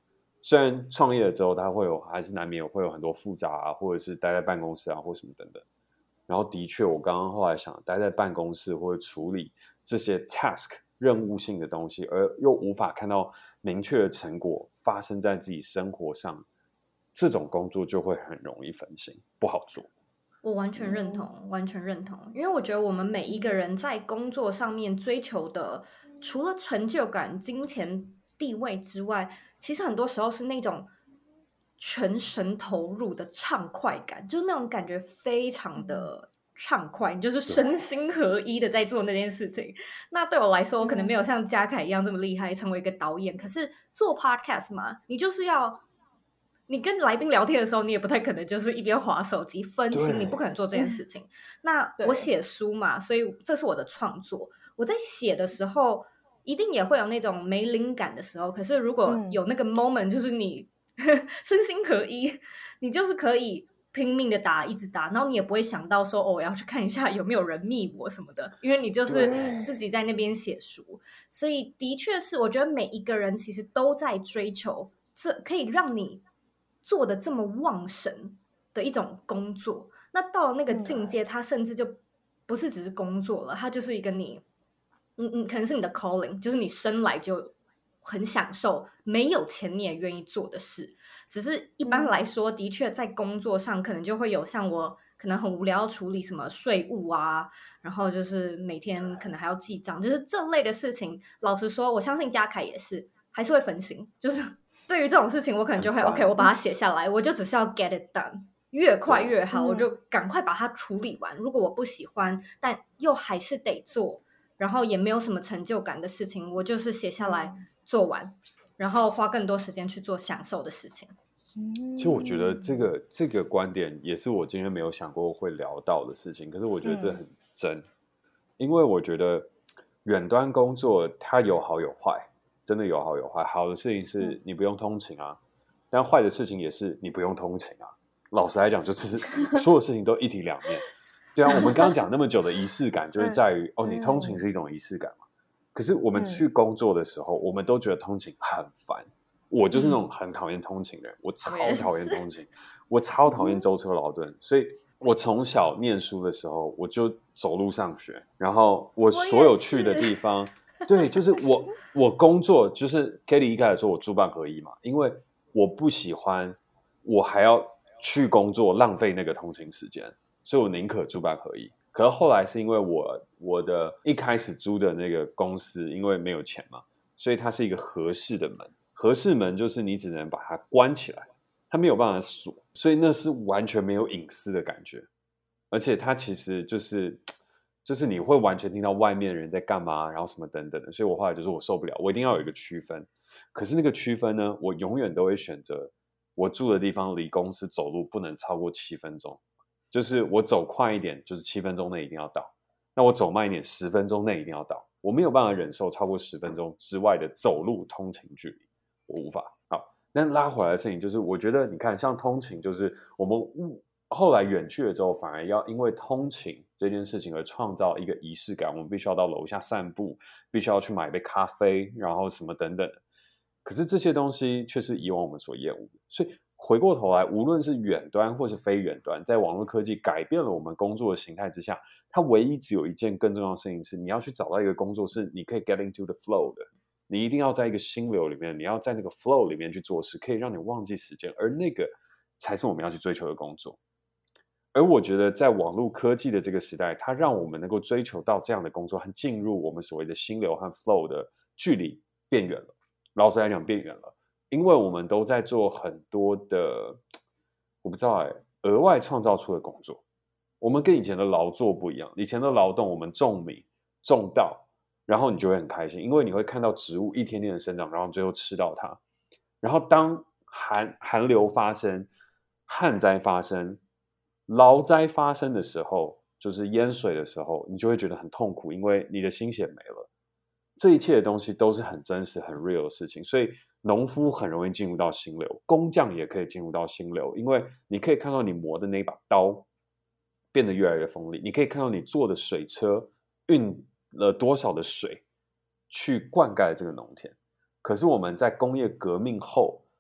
虽然创业了之后，它会有还是难免有会有很多复杂啊，或者是待在办公室啊，或什么等等。然后的确，我刚刚后来想，待在办公室或者处理这些 task 任务性的东西，而又无法看到明确的成果发生在自己生活上，这种工作就会很容易分心，不好做。 我完全认同，完全认同，因为我觉得我们每一个人在工作上面追求的，除了成就感、金钱、地位之外，其实很多时候是那种全神投入的畅快感，就是那种感觉非常的畅快，你就是身心合一的在做那件事情。那对我来说，我可能没有像嘉凯一样这么厉害，成为一个导演。可是做 podcast 嘛，你就是要。你跟来宾聊天的时候，你也不太可能就是一边滑手机分心，你不可能做这件事情。那我写书嘛，所以这是我的创作。我在写的时候，一定也会有那种没灵感的时候。可是如果有那个 moment，、嗯、就是你身心合一，你就是可以拼命的打，一直打，然后你也不会想到说，哦，我要去看一下有没有人密我什么的，因为你就是自己在那边写书。所以的确是，我觉得每一个人其实都在追求这可以让你做的这么旺盛的一种工作。那到了那个境界，它甚至就不是只是工作了，它就是一个你你你可能是你的 calling， 就是你生来就很享受，没有钱你也愿意做的事。只是一般来说，的确在工作上可能就会有像我可能很无聊处理什么税务啊，然后就是每天可能还要记账，就是这类的事情。老实说，我相信嘉凯也是还是会分心，就是对于这种事情我可能就会 OK， 我把它写下来，我就只是要 get it done， 越快越好，我就赶快把它处理完。如果我不喜欢但又还是得做，然后也没有什么成就感的事情，我就是写下来做完，然后花更多时间去做享受的事情。 其实我觉得这个这个观点也是我今天没有想过会聊到的事情，可是我觉得这很真、嗯、因为我觉得远端工作它有好有坏，真的有好有坏。好的事情是你不用通勤啊，但坏的事情也是你不用通勤啊。老实来讲，就是所有事情都一体两面。对啊，我们刚刚讲那么久的仪式感，就是在于、嗯、哦，你通勤是一种仪式感嘛。可是我们去工作的时候，嗯、我们都觉得通勤很烦。我就是那种很讨厌通勤的人，嗯、我超讨厌通勤，我超讨厌舟车劳顿，嗯、所以我从小念书的时候，我就走路上学，然后我所有去的地方，对，就是我我工作就是 Kelly 一开始说我住办合一嘛，因为我不喜欢我还要去工作浪费那个通勤时间，所以我宁可住办合一。可是后来是因为我我的一开始租的那个公司因为没有钱嘛，所以它是一个合适的门。合适门就是你只能把它关起来，它没有办法锁，所以那是完全没有隐私的感觉，而且它其实就是就是你会完全听到外面的人在干嘛，然后什么等等的，所以我后来就说我受不了，我一定要有一个区分。可是那个区分呢，我永远都会选择我住的地方离公司走路不能超过七分钟，就是我走快一点，就是七分钟内一定要到，那我走慢一点，十分钟内一定要到，我没有办法忍受超过十分钟之外的走路通勤距离。我无法。好，那拉回来的事情就是，我觉得你看，像通勤，就是我们后来远去了之后，反而要因为通勤这件事情而创造一个仪式感。我们必须要到楼下散步，必须要去买一杯咖啡，然后什么等等。可是这些东西却是以往我们所厌恶的。所以回过头来，无论是远端或是非远端，在网络科技改变了我们工作的形态之下，它唯一只有一件更重要的事情是，你要去找到一个工作是你可以 get into the flow 的。你一定要在一个心流里面，你要在那个 flow 里面去做事，可以让你忘记时间，而那个才是我们要去追求的工作。而我觉得在网络科技的这个时代，它让我们能够追求到这样的工作和进入我们所谓的心流和 flow 的距离变远了。老实来讲变远了，因为我们都在做很多的我不知道哎，额外创造出的工作。我们跟以前的劳作不一样，以前的劳动我们种米种稻，然后你就会很开心，因为你会看到植物一天天的生长，然后最后吃到它。然后当寒寒流发生、旱灾发生、涝灾发生的时候，就是淹水的时候，你就会觉得很痛苦，因为你的心血没了。这一切的东西都是很真实、很 real 的事情，所以农夫很容易进入到心流，工匠也可以进入到心流，因为你可以看到你磨的那把刀变得越来越锋利，你可以看到你做的水车运了多少的水去灌溉这个农田。可是我们在工业革命后，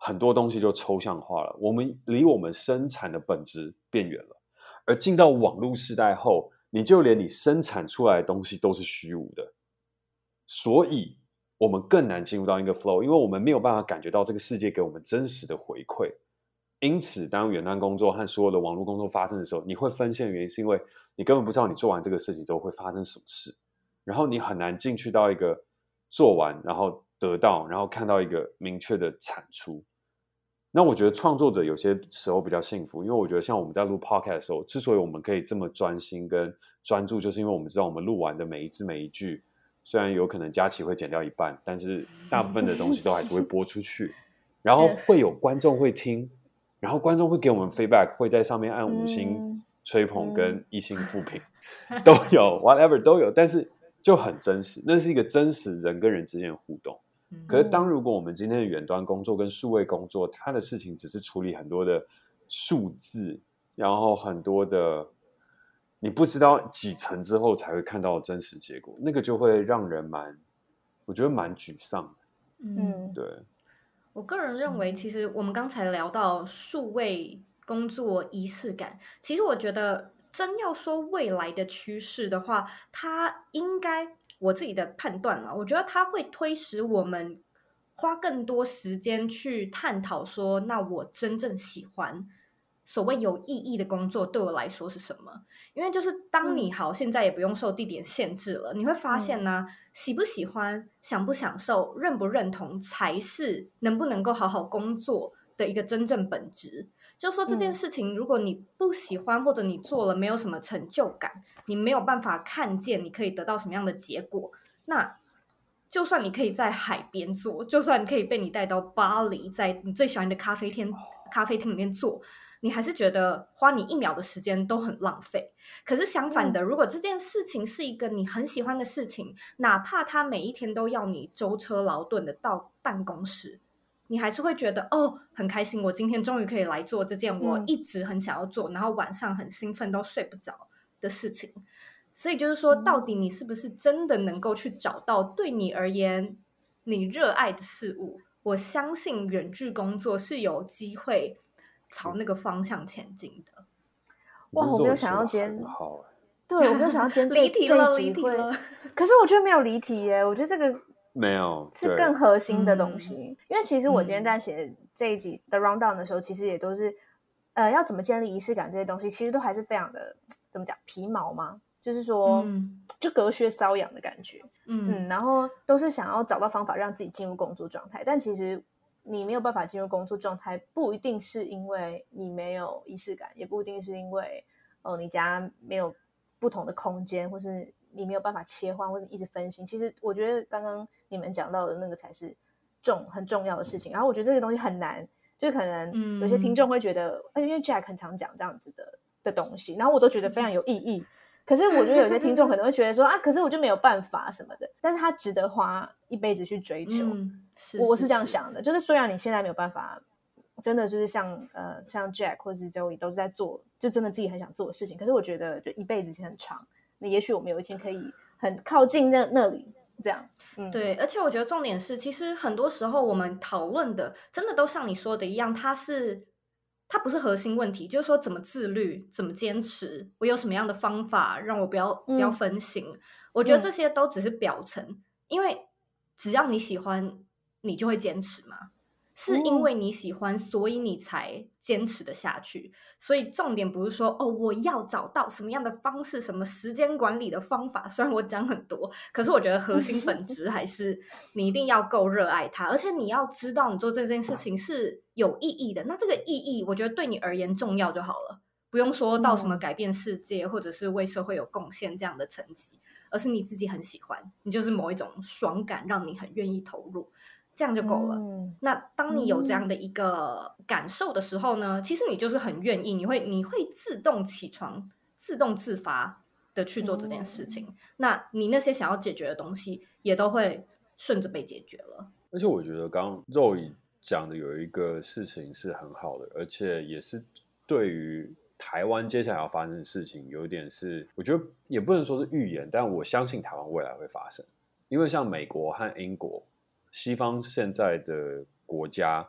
很多东西就抽象化了，我们离我们生产的本质变远了。而进到网络时代后，你就连你生产出来的东西都是虚无的，所以我们更难进入到一个 flow， 因为我们没有办法感觉到这个世界给我们真实的回馈。因此当远端工作和所有的网络工作发生的时候，你会分心的原因是因为你根本不知道你做完这个事情之后会发生什么事，然后你很难进去到一个做完然后得到然后看到一个明确的产出。那我觉得创作者有些时候比较幸福，因为我觉得像我们在录 podcast 的时候，之所以我们可以这么专心跟专注，就是因为我们知道我们录完的每一字每一句，虽然有可能佳琪会剪掉一半，但是大部分的东西都还是会播出去，然后会有观众会听，然后观众会给我们 feedback， 会在上面按五星吹捧跟一星负评、嗯、都有 whatever 都有，但是就很真实，那是一个真实人跟人之间的互动。可是当如果我们今天的远端工作跟数位工作，它的事情只是处理很多的数字，然后很多的你不知道几层之后才会看到真实结果，那个就会让人蛮我觉得蛮沮丧的。 嗯， 对， 我个人认为其实我们刚才聊到数位工作仪式感，其实我觉得真要说未来的趋势的话，它应该我自己的判断啦，我觉得它会推使我们花更多时间去探讨说，那我真正喜欢所谓有意义的工作对我来说是什么。因为就是当你好、嗯、现在也不用受地点限制了，你会发现呢、啊嗯、喜不喜欢享不享受认不认同才是能不能够好好工作的一个真正本质。就说这件事情如果你不喜欢或者你做了没有什么成就感，你没有办法看见你可以得到什么样的结果，那就算你可以在海边做，就算你可以被你带到巴黎，在你最喜欢的咖啡厅咖啡厅里面做，你还是觉得花你一秒的时间都很浪费。可是相反的、嗯、如果这件事情是一个你很喜欢的事情，哪怕它每一天都要你舟车劳顿的到办公室，你还是会觉得哦很开心，我今天终于可以来做这件我一直很想要做、嗯、然后晚上很兴奋都睡不着的事情。所以就是说到底你是不是真的能够去找到对你而言你热爱的事物，我相信远距工作是有机会朝那个方向前进的。 哇，我没有想要今天对我没有想要今天离题了离题了， 可是我觉得没有离题耶，我觉得这个没有是更核心的东西、嗯、因为其实我今天在写这一集的 rundown 的时候、嗯、其实也都是呃要怎么建立仪式感这些东西其实都还是非常的怎么讲皮毛吗，就是说、嗯、就隔靴搔痒的感觉。 嗯, 嗯然后都是想要找到方法让自己进入工作状态，但其实你没有办法进入工作状态不一定是因为你没有仪式感，也不一定是因为、呃、你家没有不同的空间，或是你没有办法切换，或者一直分心。其实我觉得刚刚你们讲到的那个才是重很重要的事情。然后我觉得这个东西很难，就是可能有些听众会觉得、嗯、因为 Jack 很常讲这样子的的东西，然后我都觉得非常有意义可是我觉得有些听众可能会觉得说啊，可是我就没有办法什么的，但是他值得花一辈子去追求、嗯、是是是我是这样想的，就是虽然你现在没有办法真的就是像呃像 Jack 或者是 Joey 都是在做就真的自己很想做的事情，可是我觉得就一辈子其实很长，那也许我们有一天可以很靠近那那里这样、嗯、 对。而且我觉得重点是其实很多时候我们讨论的真的都像你说的一样，它是它不是核心问题，就是说怎么自律，怎么坚持，我有什么样的方法让我不要、嗯、不要分心。我觉得这些都只是表层、嗯、因为只要你喜欢你就会坚持嘛，是因为你喜欢、嗯、所以你才坚持的下去。所以重点不是说哦我要找到什么样的方式，什么时间管理的方法，虽然我讲很多，可是我觉得核心本质还是你一定要够热爱它而且你要知道你做这件事情是有意义的，那这个意义我觉得对你而言重要就好了，不用说到什么改变世界、嗯、或者是为社会有贡献这样的层级，而是你自己很喜欢，你就是某一种爽感让你很愿意投入，这样就够了、嗯、那当你有这样的一个感受的时候呢、嗯、其实你就是很愿意，你会你会自动起床自动自发的去做这件事情、嗯、那你那些想要解决的东西也都会顺着被解决了。 而且我觉得刚刚Zoe讲的有一个事情是很好的，而且也是对于台湾接下来要发生的事情有点是我觉得也不能说是预言，但我相信台湾未来会发生。因为像美国和英国西方现在的国家，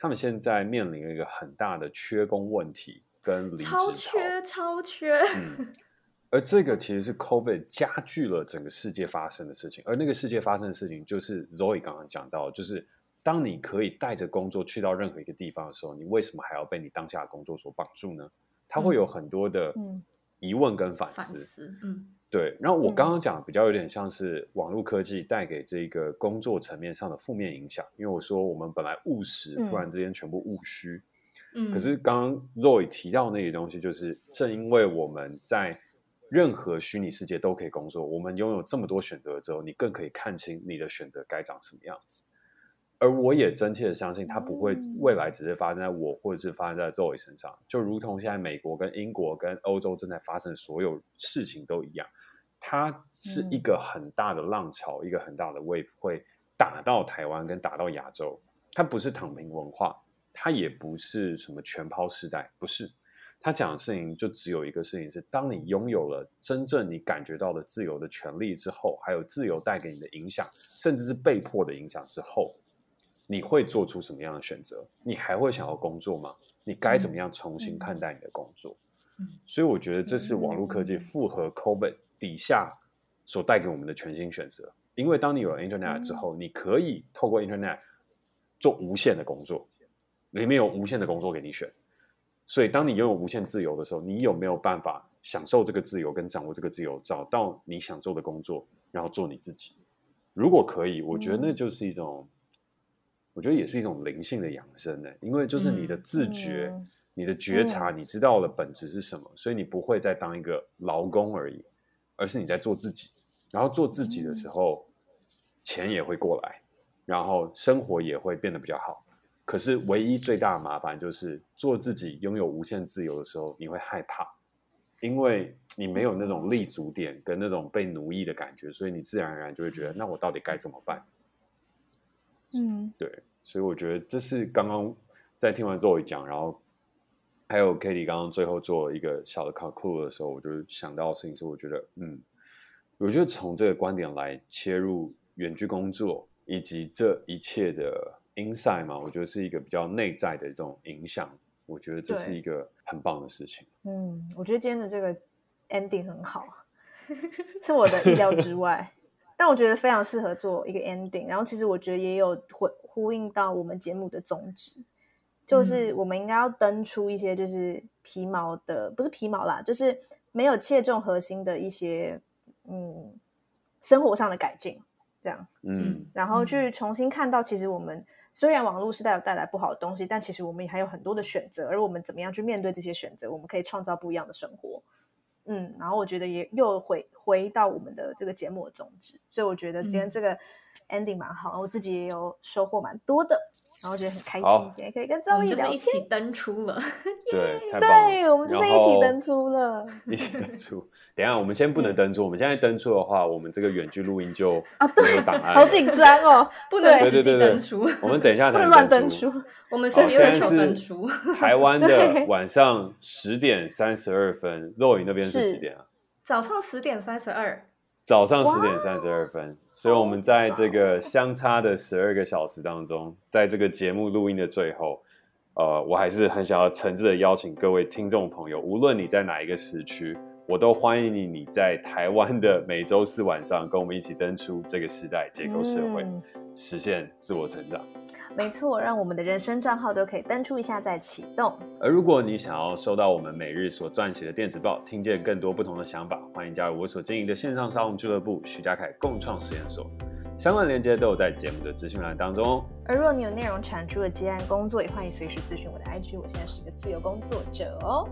他们现在面临了一个很大的缺工问题跟离职潮， 超缺超缺。 嗯，而这个其实是 COVID 加剧了整个世界发生的事情，而那个世界发生的事情就是 Zoe 刚刚讲到，就是当你可以带着工作去到任何一个地方的时候，你为什么还要被你当下的工作所绑住呢？它会有很多的疑问跟反思。 反思，嗯， 对。然后我刚刚讲的比较有点像是网络科技带给这个工作层面上的负面影响，因为我说我们本来务实，突然之间全部务虚。嗯，可是刚刚 Zoe 提到那些东西，就是正因为我们在任何虚拟世界都可以工作，我们拥有这么多选择之后，你更可以看清你的选择该长什么样子。而我也真切的相信，它不会未来只是发生在我或者是发生在 Zoe 身上，就如同现在美国跟英国跟欧洲正在发生的所有事情都一样，它是一个很大的浪潮，嗯、一个很大的 wave 会打到台湾跟打到亚洲。它不是躺平文化，它也不是什么全抛世代，不是。他讲的事情就只有一个事情是，当你拥有了真正你感觉到的自由的权利之后，还有自由带给你的影响，甚至是被迫的影响之后，你会做出什么样的选择？你还会想要工作吗？你该怎么样重新看待你的工作？嗯、所以我觉得这是网络科技复合 COVID 底下所带给我们的全新选择。因为当你有了 Internet 之后，你可以透过 Internet 做无限的工作，里面有无限的工作给你选。所以当你拥有无限自由的时候，你有没有办法享受这个自由跟掌握这个自由，找到你想做的工作，然后做你自己？如果可以，我觉得那就是一种、嗯、我觉得也是一种灵性的养生呢，因为就是你的自觉、嗯、你的觉察、嗯、你知道了本质是什么，所以你不会再当一个劳工而已，而是你在做自己。然后做自己的时候、嗯、钱也会过来，然后生活也会变得比较好。可是唯一最大的麻烦就是做自己拥有无限自由的时候，你会害怕，因为你没有那种立足点跟那种被奴役的感觉，所以你自然而然就会觉得，那我到底该怎么办？嗯，对，所以我觉得这是刚刚在听完Zoe讲，然后还有 Katie 刚刚最后做一个小的 conclude 的时候，我就想到的事情是，我觉得，嗯，我觉得从这个观点来切入远距工作以及这一切的insight 嘛，我觉得是一个比较内在的这种影响，我觉得这是一个很棒的事情。 嗯，我觉得今天的这个 ending 很好，是我的意料之外，但我觉得非常适合做一个 ending。然后其实我觉得也有呼应到我们节目的宗旨，就是我们应该要登出一些就是皮毛的，不是皮毛啦，就是没有切中核心的一些嗯生活上的改进。这样，嗯，然后去重新看到，其实我们虽然网络时代有带来不好的东西，但其实我们还有很多的选择，而我们怎么样去面对这些选择，我们可以创造不一样的生活。嗯，然后我觉得也又回回到我们的这个节目的宗旨，所以我觉得今天这个 ending 蛮好，我自己也有收获蛮多的，然后觉得很开心，今天可以跟Zoe聊天， 就是一起登出了， 对，太棒了， 对，我们就是一起登出了， 一起登出。等一下，我们先不能登出。我们现在登出的话，我们这个远距录音就没有档案， 好紧张哦， 不能实际登出。 我们等一下才不能乱登出。 我们十月球登出。 台湾的晚上十点三十二分 ，Zoe 那边是几点啊？ 早上十点三十二。 早上十点三十二分，所以我们在这个相差的十二个小时当中，在这个节目录音的最后，呃，我还是很想要诚挚的邀请各位听众朋友，无论你在哪一个时区。我都欢迎你，你在台湾的每周四晚上跟我们一起登出这个时代结构社会、嗯、实现自我成长。 没错，让我们的人生账号都可以登出一下再启动。 而如果你想要收到我们每日所撰写的电子报，听见更多不同的想法，欢迎加入我所经营的线上沙龙俱乐部徐家凯共创实验所，相关连结都有在节目的资讯栏当中哦。 而若你有内容产出的接案工作，也欢迎随时私讯我的 I G， 我现在是一个自由工作者哦。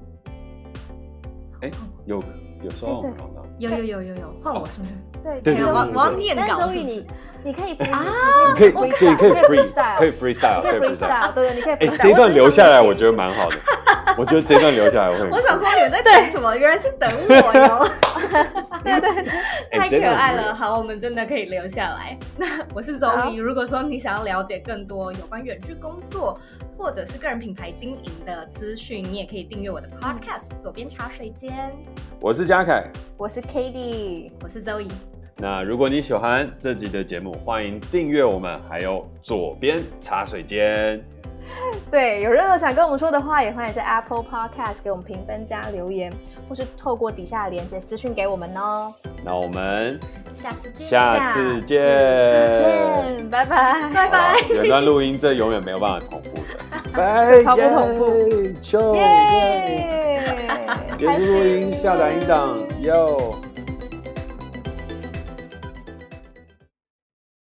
哎，有有收到我们访谈， 有有有有有，换我是不是？ 对对对， 我我要念稿是不是？ 你你可以啊， 你可以可以可以 freestyle， 可以 freestyle， 可以 freestyle， 对对，你可以 freestyle。 哎，这一段留下来我觉得蛮好的，我觉得这一段留下来会。 我想说你们在等什么？原来是等我哟。 对对， 太可爱了。好，我们真的可以留下来。那我是Zoe，如果说你想要了解更多有关远距工作或者是个人品牌经营的资讯，你也可以订阅我的 podcast 左边茶水间。 我是嘉凯， 我是 Katie， 我是 Zoe。 那如果你喜欢这集的节目，欢迎订阅我们，还有左边茶水间。 对，有任何想跟我们说的话，也欢迎在 Apple Podcast 给我们评分加留言，或是透过底下的连结私讯给我们哦。 那我们下次见， 下次见， 见，拜拜， 拜拜。 远端录音这永远没有办法同步的，拜， 超不同步， 耶！结束录音，下载音档，哟。